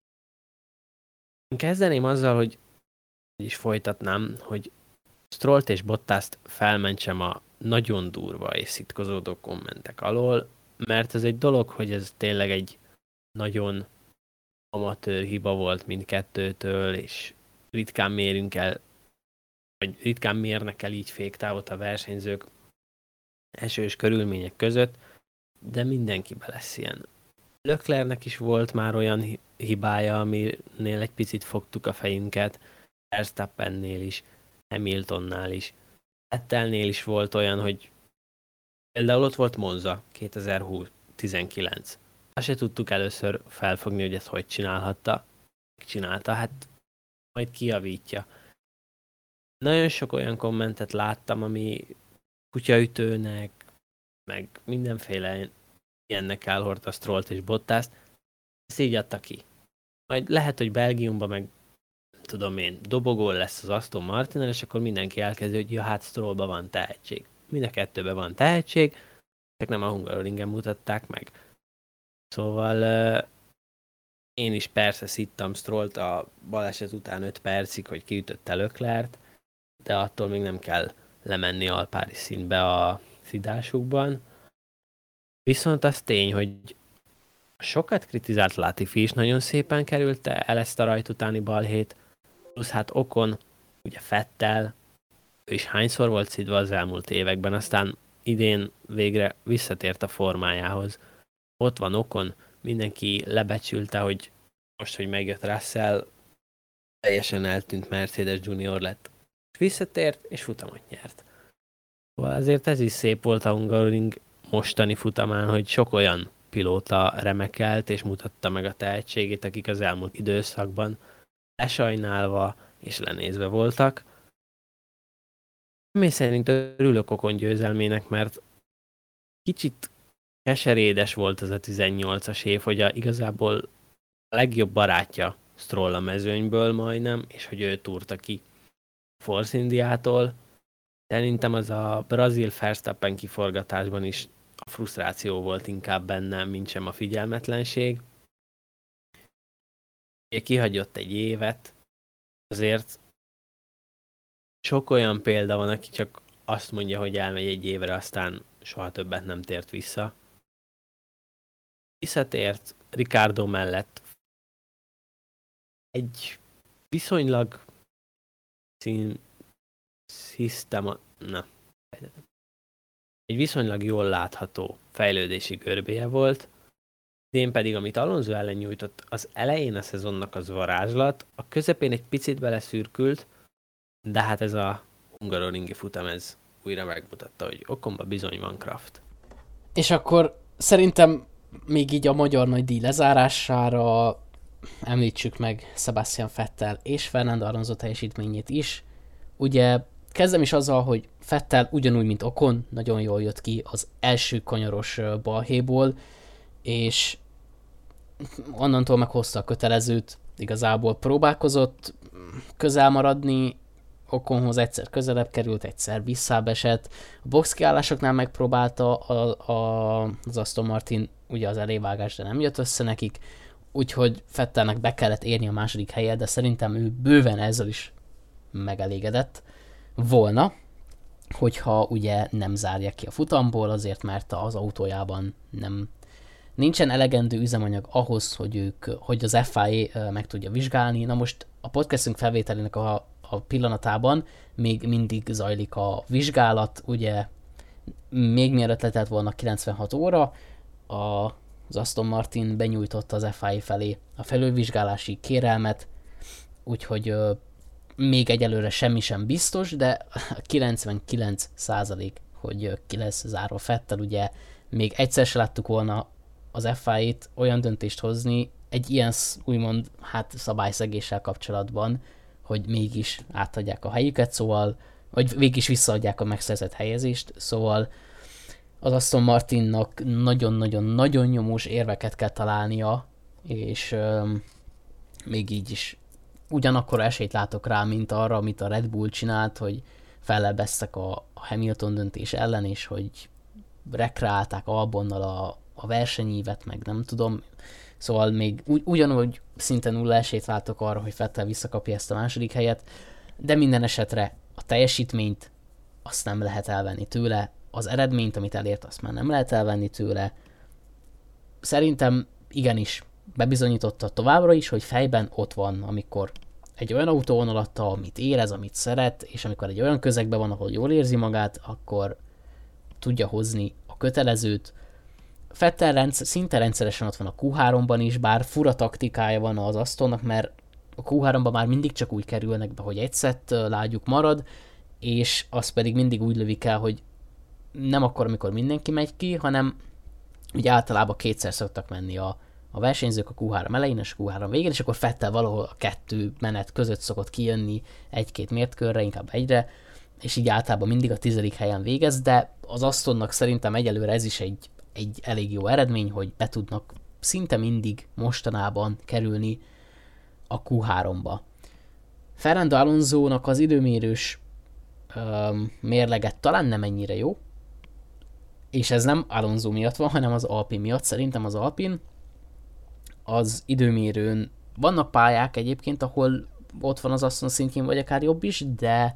Én kezdeném azzal, hogy is folytatnám, hogy Strollt és Bottast felmentsem a nagyon durva és szitkozódó kommentek alól, mert ez egy dolog, hogy ez tényleg egy nagyon amatőr hiba volt mindkettőtől, és ritkán mérünk el, vagy ritkán mérnek el így féktávot a versenyzők esős körülmények között, de mindenkiben lesz ilyen. Leclercnek is volt már olyan hibája, aminél egy picit fogtuk a fejünket, Verstappennél is, Hamiltonnál is, Vettelnél is volt olyan, hogy például ott volt Monza 2019. Azt se tudtuk először felfogni, hogy ezt hogy csinálhatta. Csinálta, hát majd kijavítja. Nagyon sok olyan kommentet láttam, ami kutyaütőnek, meg mindenféle ilyennek elhordta Strollt és Bottast. Ezt így adta ki. Majd lehet, hogy Belgiumban meg tudom én, dobogó lesz az Aston Martinnal, és akkor mindenki elkezdi, hogy ja, hát Strollban van tehetség. Mind a kettőben van tehetség, csak nem a Hungaroringen mutatták meg. Szóval én is persze szittam Strollt a baleset után 5 percig, hogy kiütötte Leclerc, de attól még nem kell lemenni alpári színbe a szidásukban. Viszont az tény, hogy sokat kritizált Latifi is nagyon szépen kerülte el ezt a rajt utáni balhét, plusz hát Ocon, ugye Vettel, ő is hányszor volt szidva az elmúlt években, aztán idén végre visszatért a formájához. Ott van Ocon, mindenki lebecsülte, hogy most, hogy megjött Russell, teljesen eltűnt Mercedes Junior lett. Visszatért, és futamot nyert. Szóval azért ez is szép volt a Hungaroring mostani futamán, hogy sok olyan pilóta remekelt, és mutatta meg a tehetségét, akik az elmúlt időszakban lesajnálva és lenézve voltak. Mély szerint örülök Ocon győzelmének, mert kicsit keserédes volt az a 18-as év, hogy igazából a legjobb barátja Stroll a mezőnyből majdnem, és hogy ő túrta ki Force Indiától. Szerintem az a brazil Verstappen kiforgatásban is a frusztráció volt inkább bennem, mint sem a figyelmetlenség. Kihagyott egy évet, azért sok olyan példa van, aki csak azt mondja, hogy elmegy egy évre, aztán soha többet nem tért vissza. Visszatért Ricciardo mellett egy viszonylag egy viszonylag jól látható fejlődési görbéje volt. Idén pedig, amit Alonso ellen nyújtott, az elején a szezonnak az varázslat, a közepén egy picit beleszürkült, de hát ez a hungaroringi futam, ez újra megmutatta, hogy Oconba bizony van kraft. És akkor szerintem még így a magyar nagydíj lezárására említsük meg Sebastian Vettel és Fernando Alonso teljesítményét is. Ugye kezdem is azzal, hogy Vettel ugyanúgy, mint Ocon, nagyon jól jött ki az első kanyaros balhéból, és onnantól meghozta a kötelezőt, igazából próbálkozott közel maradni, Oconhoz egyszer közelebb került, egyszer visszább esett. A boxkiállásoknál megpróbálta az Aston Martin ugye az elévágás, de nem jött össze nekik, úgyhogy Vettelnek be kellett érni a második helyet, de szerintem ő bőven ezzel is megelégedett volna, hogyha ugye nem zárja ki a futamból, azért mert az autójában nincsen elegendő üzemanyag ahhoz, hogy az FIA meg tudja vizsgálni. Na most a podcastünk felvételének a pillanatában még mindig zajlik a vizsgálat, ugye még mielőtt letelt volna 96 óra, az Aston Martin benyújtotta az FIA felé a felülvizsgálási kérelmet, úgyhogy még egyelőre semmi sem biztos, de 99%, hogy ki lesz zárva Vettel, ugye még egyszer se láttuk volna az FIA-t olyan döntést hozni egy ilyen úgymond szabályszegéssel kapcsolatban, hogy mégis átadják a helyüket, szóval, vagy végig is visszaadják a megszerzett helyezést, szóval az Aston Martinnak nagyon-nagyon-nagyon nyomós érveket kell találnia, és még így is ugyanakkor esélyt látok rá, mint arra, amit a Red Bull csinált, hogy fellebeztek a Hamilton döntés ellen, és hogy rekreálták Albonnal a versenyívet, meg nem tudom. Szóval még ugyanúgy szinte nulla esélyt látok arra, hogy Vettel visszakapja ezt a második helyet, de minden esetre a teljesítményt azt nem lehet elvenni tőle, az eredményt, amit elért, azt már nem lehet elvenni tőle. Szerintem igenis bebizonyította továbbra is, hogy fejben ott van, amikor egy olyan autó van alatta, amit érez, amit szeret, és amikor egy olyan közegben van, ahol jól érzi magát, akkor tudja hozni a kötelezőt. Vettel szinte rendszeresen ott van a Q3-ban is, bár fura taktikája van az Astonnak, mert a Q3-ban már mindig csak úgy kerülnek be, hogy egy szett lágyuk marad, és az pedig mindig úgy lövik el, hogy nem akkor, amikor mindenki megy ki, hanem ugye általában kétszer szoktak menni a versenyzők a Q3 elején és a Q3 végén, és akkor Vettel valahol a kettő menet között szokott kijönni egy-két mértkörre, inkább egyre, és így általában mindig a 10. helyen végez, de az Astonnak szerintem egyelőre ez is egy elég jó eredmény, hogy be tudnak szinte mindig mostanában kerülni a Q3-ba. Fernando Alonsónak az időmérős mérleget talán nem ennyire jó, és ez nem Alonso miatt van, hanem az Alpine miatt. Szerintem az Alpine az időmérőn vannak pályák egyébként, ahol ott van az Aston szintjén, vagy akár jobb is, de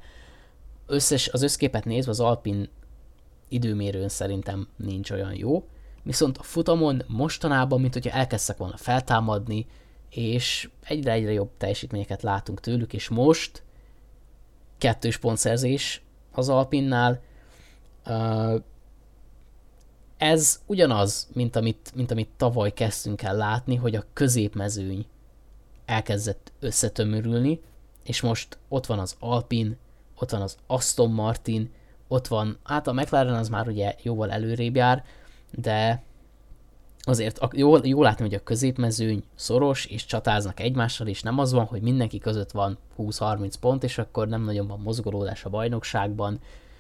az összképet nézve az Alpine időmérőn szerintem nincs olyan jó. Viszont a futamon mostanában, mint hogyha elkezdtek volna feltámadni, és egyre jobb teljesítményeket látunk tőlük, és most 2 pontszerzés az Alpinnál. Ez ugyanaz, mint amit tavaly kezdtünk el látni, hogy a középmezőny elkezdett összetömörülni, és most ott van az Alpine, ott van az Aston Martin, ott van, hát a McLaren az már ugye jóval előrébb jár, de azért jó látni, hogy a középmezőny szoros, és csatáznak egymással, és nem az van, hogy mindenki között van 20-30 pont, és akkor nem nagyon van mozgolódás a bajnokságban.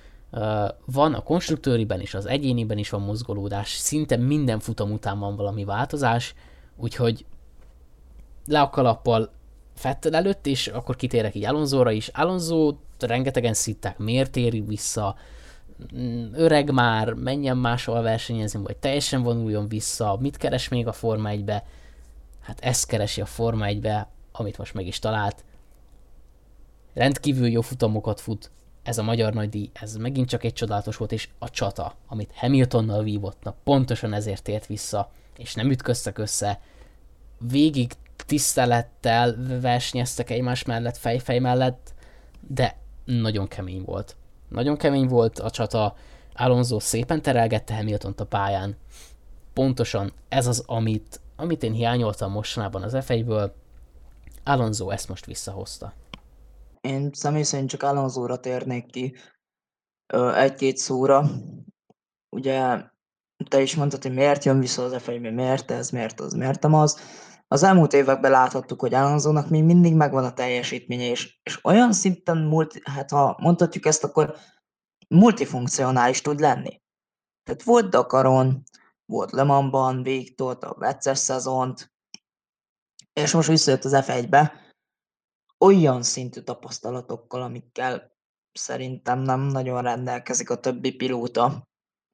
Van a konstruktőriben és az egyéniben is van mozgolódás, szinte minden futam után van valami változás, úgyhogy le a kalappal Vettel előtt, és akkor kitérek így Alonsóra is. Alonso rengetegen szitták, miért éri vissza, öreg már, menjen máshol versenyezni, vagy teljesen vonuljon vissza, mit keres még a Forma 1-be? Hát ezt keresi a Forma 1-be, amit most meg is talált. Rendkívül jó futamokat fut, ez a magyar nagydíj, ez megint csak egy csodálatos volt, és a csata, amit Hamiltonnal vívott, na pontosan ezért tért vissza, és nem ütköztek össze, végig tisztelettel versenyeztek egymás mellett, fejfej mellett, de nagyon kemény volt. Nagyon kemény volt a csata, Alonso szépen terelgette Hamiltont a pályán. Pontosan ez az, amit én hiányoltam mostanában az F1-ből, Alonso ezt most visszahozta. Én személy szerint csak Alonsóra térnék ki egy-két szóra. Ugye te is mondtad, hogy miért jön vissza az F1-be, miért ez, miért az, miért nem az. Az elmúlt években láthattuk, hogy Alonsónak még mindig megvan a teljesítménye, és olyan szinten hát ha mondhatjuk ezt, akkor multifunkcionális tud lenni. Tehát volt Dakaron, volt Le Mansban, végigtolta a vicces szezont, és most visszajött az F1-be olyan szintű tapasztalatokkal, amikkel szerintem nem nagyon rendelkezik a többi pilóta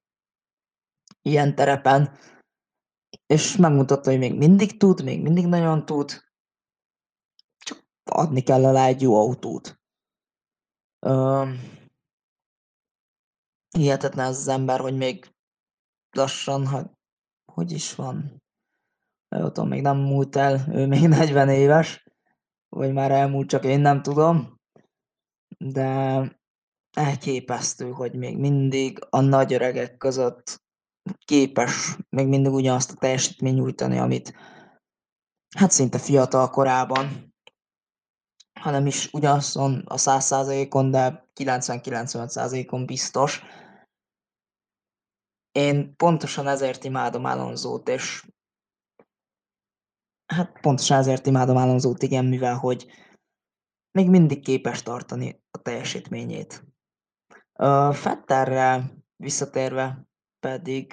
ilyen terepen, és megmutatta, hogy még mindig tud, még mindig nagyon tud, csak adni kell alá egy jó autót. Hihetetlen ez az ember, hogy még lassan, hogy is van, tudom, még nem múlt el, ő még 40 éves, vagy már elmúlt, csak én nem tudom, de elképesztő, hogy még mindig a nagy öregek között képes még mindig ugyanazt a teljesítményt nyújtani, amit hát szinte fiatal korában, hanem is ugyanazon a 100%-on, de 90-95%-on biztos. Én pontosan ezért imádom Alonsót, és hát pontosan ezért imádom Alonsót, igen, mivel hogy még mindig képes tartani a teljesítményét. Vettelre visszatérve pedig,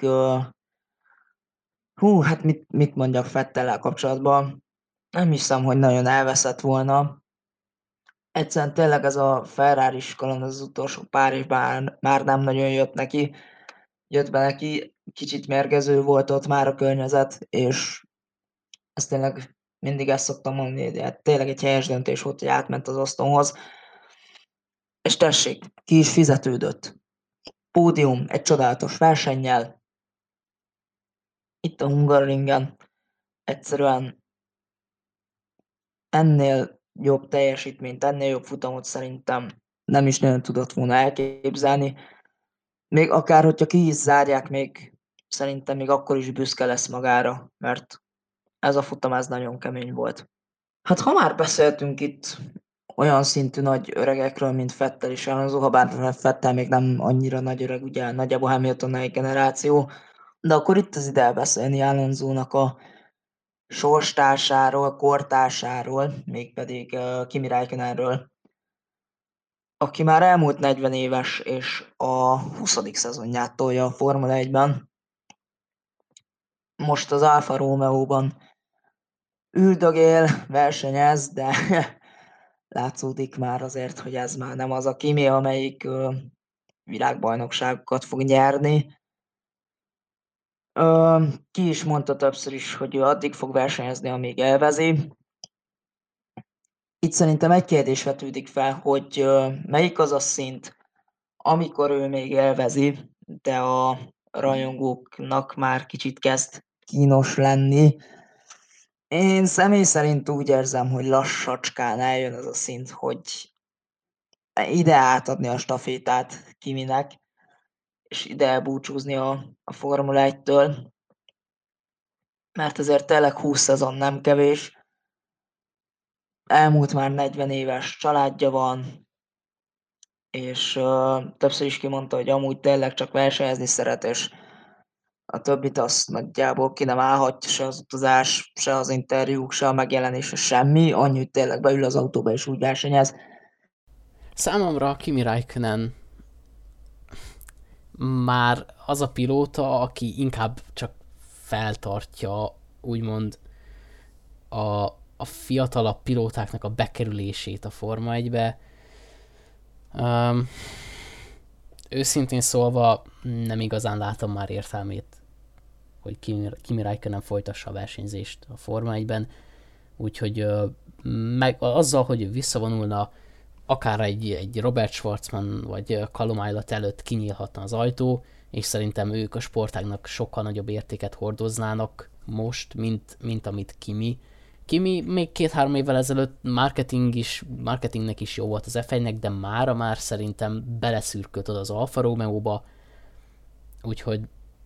hát mit mondjak Vettellel kapcsolatban? Nem hiszem, hogy nagyon elveszett volna. Egyszerűen tényleg ez a Ferrari-s kaland az utolsó pár évben már nem nagyon jött be neki, kicsit mérgező volt ott már a környezet, és ezt tényleg mindig ezt szoktam mondani, de hát tényleg egy helyes döntés volt, hogy átment az Astonhoz. És tessék, ki is fizetődött. Pódium, egy csodálatos versennyel. Itt a Hungaroringen egyszerűen ennél jobb teljesítményt, ennél jobb futamot szerintem nem is nagyon tudott volna elképzelni. Még akár, hogyha ki is zárják, még szerintem még akkor is büszke lesz magára, mert ez a futam ez nagyon kemény volt. Hát ha már beszéltünk itt olyan szintű nagy öregekről, mint Vettel és Alonso, ha bár Vettel még nem annyira nagy öreg, ugye nagyjából Hamilton-nál generáció, de akkor itt az ide beszélni Alonsónak a sorstársáról, kortársáról, mégpedig Kimi Räikkönenről, aki már elmúlt 40 éves, és a 20. szezonját tolja a Formula 1-ben. Most az Alfa Romeo-ban üldögél, versenyez, de látszódik már azért, hogy ez már nem az a Kimi, amelyik világbajnokságokat fog nyerni. Ki is mondta többször is, hogy ő addig fog versenyezni, amíg élvezi. Itt szerintem egy kérdés vetődik fel, hogy melyik az a szint, amikor ő még élvezi, de a rajongóknak már kicsit kezd kínos lenni. Én személy szerint úgy érzem, hogy lassacskán eljön az a szint, hogy ide átadni a stafétát Kiminek, és ide elbúcsúzni a Formula 1-től, mert azért tényleg 20 szezon nem kevés. Elmúlt már 40 éves, családja van, és többször is kimondta, hogy amúgy tényleg csak versenyezni szeret, és a többit azt nagyjából ki nem állhatja, se az utazás, se az interjúk, se a megjelenése, semmi. Annyi, hogy tényleg beül az autóba és úgy versenyez. Számomra Kimi Räikkönen már az a pilóta, aki inkább csak feltartja, úgymond a fiatalabb pilótáknak a bekerülését a Forma 1-be. Őszintén szólva nem igazán látom már értelmét, hogy Kimi Räikkönen folytassa a versenyzést a Forma 1-ben, úgyhogy meg azzal, hogy ő visszavonulna, akár egy Robert Schwarzman vagy Callum Ilott előtt kinyílhatna az ajtó, és szerintem ők a sportágnak sokkal nagyobb értéket hordoznának most, mint amit Kimi. Kimi még 2-3 évvel ezelőtt marketingnek is jó volt az F1-nek, de mára már szerintem beleszürkölt oda az Alfa Romeo-ba, úgyhogy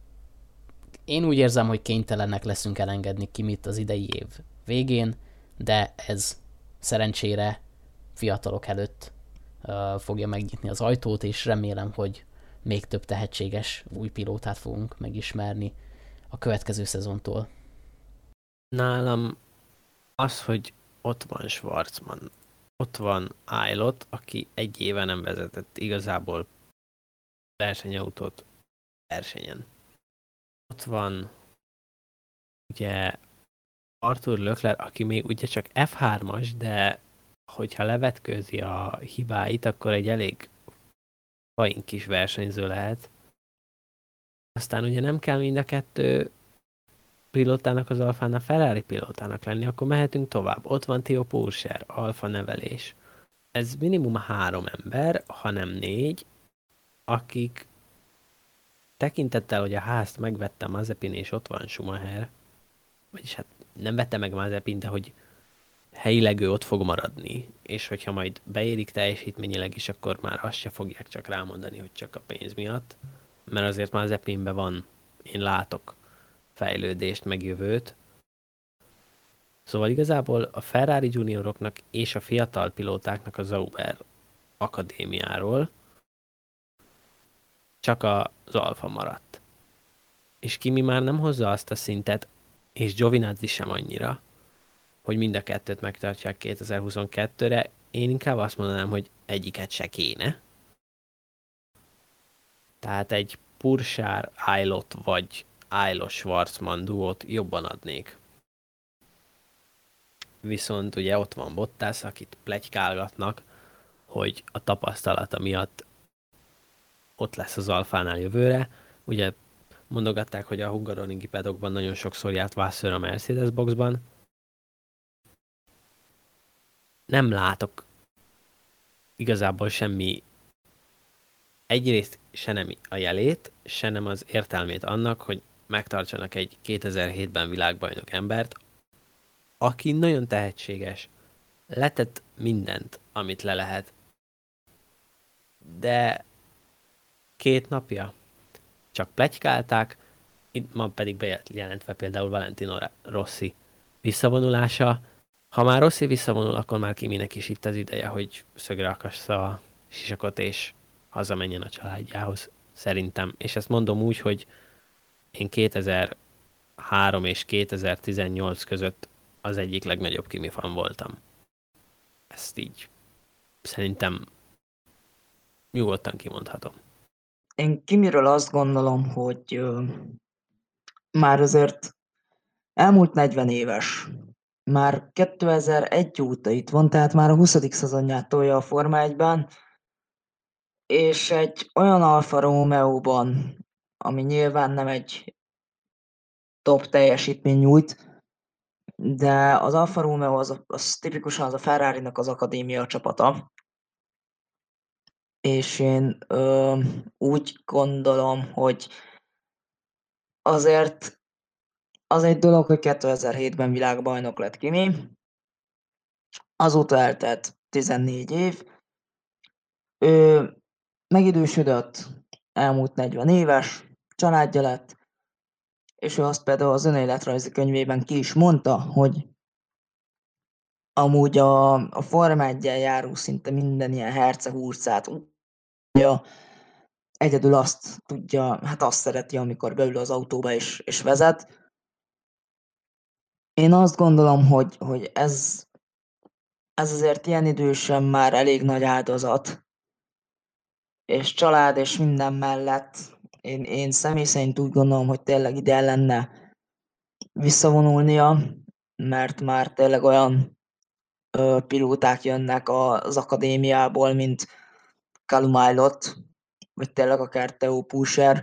én úgy érzem, hogy kénytelenek leszünk elengedni Kimit az idei év végén, de ez szerencsére fiatalok előtt fogja megnyitni az ajtót, és remélem, hogy még több tehetséges új pilótát fogunk megismerni a következő szezontól. Nálam az, hogy ott van Schwarzman, ott van Ilott, aki egy éve nem vezetett igazából versenyautót versenyen. Ott van ugye Arthur Leclerc, aki még ugye csak F3-as, de hogyha levetkőzi a hibáit, akkor egy elég fain kis versenyző lehet. Aztán ugye nem kell mind a kettő pilótának az Alfánál Ferrari pilótának lenni, akkor mehetünk tovább. Ott van Theo Pourchaire, Alfa nevelés. Ez minimum 3 ember, hanem 4, akik tekintettel, hogy a házt megvette Mazepin, és ott van Schumacher, vagyis hát nem vette meg Mazepin, de hogy helyileg ő ott fog maradni, és hogyha majd beérik teljesítményileg is, akkor már azt se fogják csak rámondani, hogy csak a pénz miatt, mert azért Mazepinben van, én látok fejlődést, meg jövőt. Szóval igazából a Ferrari junioroknak és a fiatal pilótáknak a Sauber akadémiáról csak az Alfa maradt. És Kimi már nem hozza azt a szintet, és Giovinazzi sem annyira, hogy mind a kettőt megtartják 2022-re. Én inkább azt mondanám, hogy egyiket se kéne. Tehát egy Pourchaire, Ilott vagy Ilott-Schwarzman duót jobban adnék. Viszont ugye ott van Bottas, akit pletykálgatnak, hogy a tapasztalata miatt ott lesz az Alfánál jövőre. Ugye mondogatták, hogy a hungaroringi pedokban nagyon sokszor járt Vasseur a Mercedes boxban. Nem látok igazából semmi, egyrészt se nem a jelét, se nem az értelmét annak, hogy megtartsanak egy 2007-ben világbajnok embert, aki nagyon tehetséges, letett mindent, amit le lehet. De 2 napja csak pletykálták, ma pedig bejelentve például Valentino Rossi visszavonulása. Ha már Rossi visszavonul, akkor már Kiminek is itt az ideje, hogy szögre akassza a sisakot, és hazamenjen a családjához, szerintem. És ezt mondom úgy, hogy én 2003 és 2018 között az egyik legnagyobb Kimi fan voltam. Ezt így szerintem nyugodtan kimondhatom. Én Kimiről azt gondolom, hogy már azért elmúlt 40 éves. Már 2001 óta itt van, tehát már a 20. szezonját tolja a Forma 1-ben, és egy olyan Alfa Romeo-ban, ami nyilván nem egy top teljesítmény nyújt, de az Alfa Romeo az tipikusan az a Ferrari-nak az akadémia csapata. És én úgy gondolom, hogy azért az egy dolog, hogy 2007-ben világbajnok lett Kimi, azóta eltelt 14 év, ő megidősödött, elmúlt 40 éves, családja lett, és ő azt például az önéletrajzi könyvében ki is mondta, hogy amúgy a Forma 1-jel járó szinte minden ilyen herceg-hurcát ugye egyedül azt tudja, hát azt szereti, amikor beül az autóba és vezet. Én azt gondolom, hogy ez azért ilyen idősen már elég nagy áldozat, és család és minden mellett én személy szerint úgy gondolom, hogy tényleg ide lenne visszavonulnia, mert már tényleg olyan pilóták jönnek az akadémiából, mint Callum Ilott, vagy tényleg akár Theo Pusher.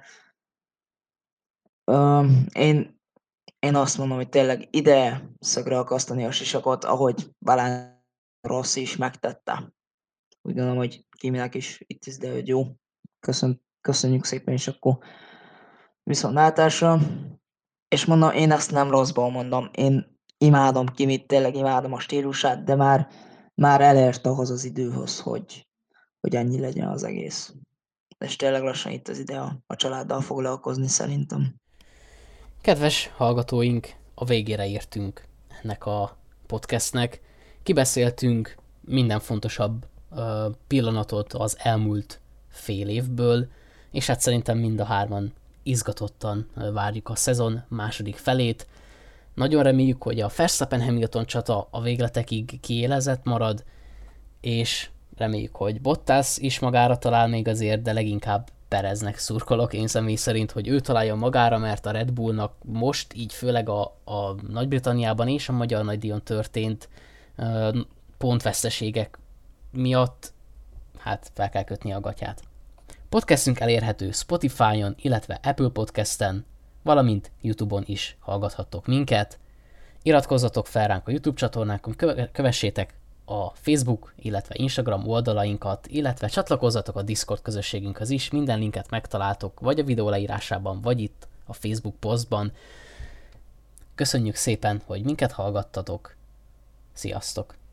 Én azt mondom, hogy tényleg ide szögre akasztani a sisakot, ahogy Valentino Rossi is megtette. Úgy gondolom, hogy Kiminek is itt is, de hogy jó. Köszönjük szépen, és akkor viszontlátásra. És mondom, én ezt nem rosszból mondom. Én imádom Kimit, tényleg imádom a stílusát, de már elért ahhoz az időhöz, hogy ennyi legyen az egész. És tényleg lassan itt az ide a családdal foglalkozni szerintem. Kedves hallgatóink, a végére értünk ennek a podcastnek. Kibeszéltünk minden fontosabb pillanatot az elmúlt fél évből, és hát szerintem mind a hárman izgatottan várjuk a szezon második felét. Nagyon reméljük, hogy a Verstappen-Hamilton csata a végletekig kiélezett marad, és reméljük, hogy Bottas is magára talál még azért, de leginkább Pereznek szurkolok én személy szerint, hogy ő találja magára, mert a Red Bullnak most, így főleg a Nagy-Britanniában és a Magyar Nagydíjon történt pontveszteségek miatt, hát fel kell kötni a gatyát. Podcastünk elérhető Spotify-on, illetve Apple Podcasten, valamint YouTube-on is hallgathattok minket. Iratkozzatok fel ránk a YouTube csatornánkon, kövessétek a Facebook, illetve Instagram oldalainkat, illetve csatlakozzatok a Discord közösségünkhöz is, minden linket megtaláltok, vagy a videó leírásában, vagy itt a Facebook posztban. Köszönjük szépen, hogy minket hallgattatok. Sziasztok!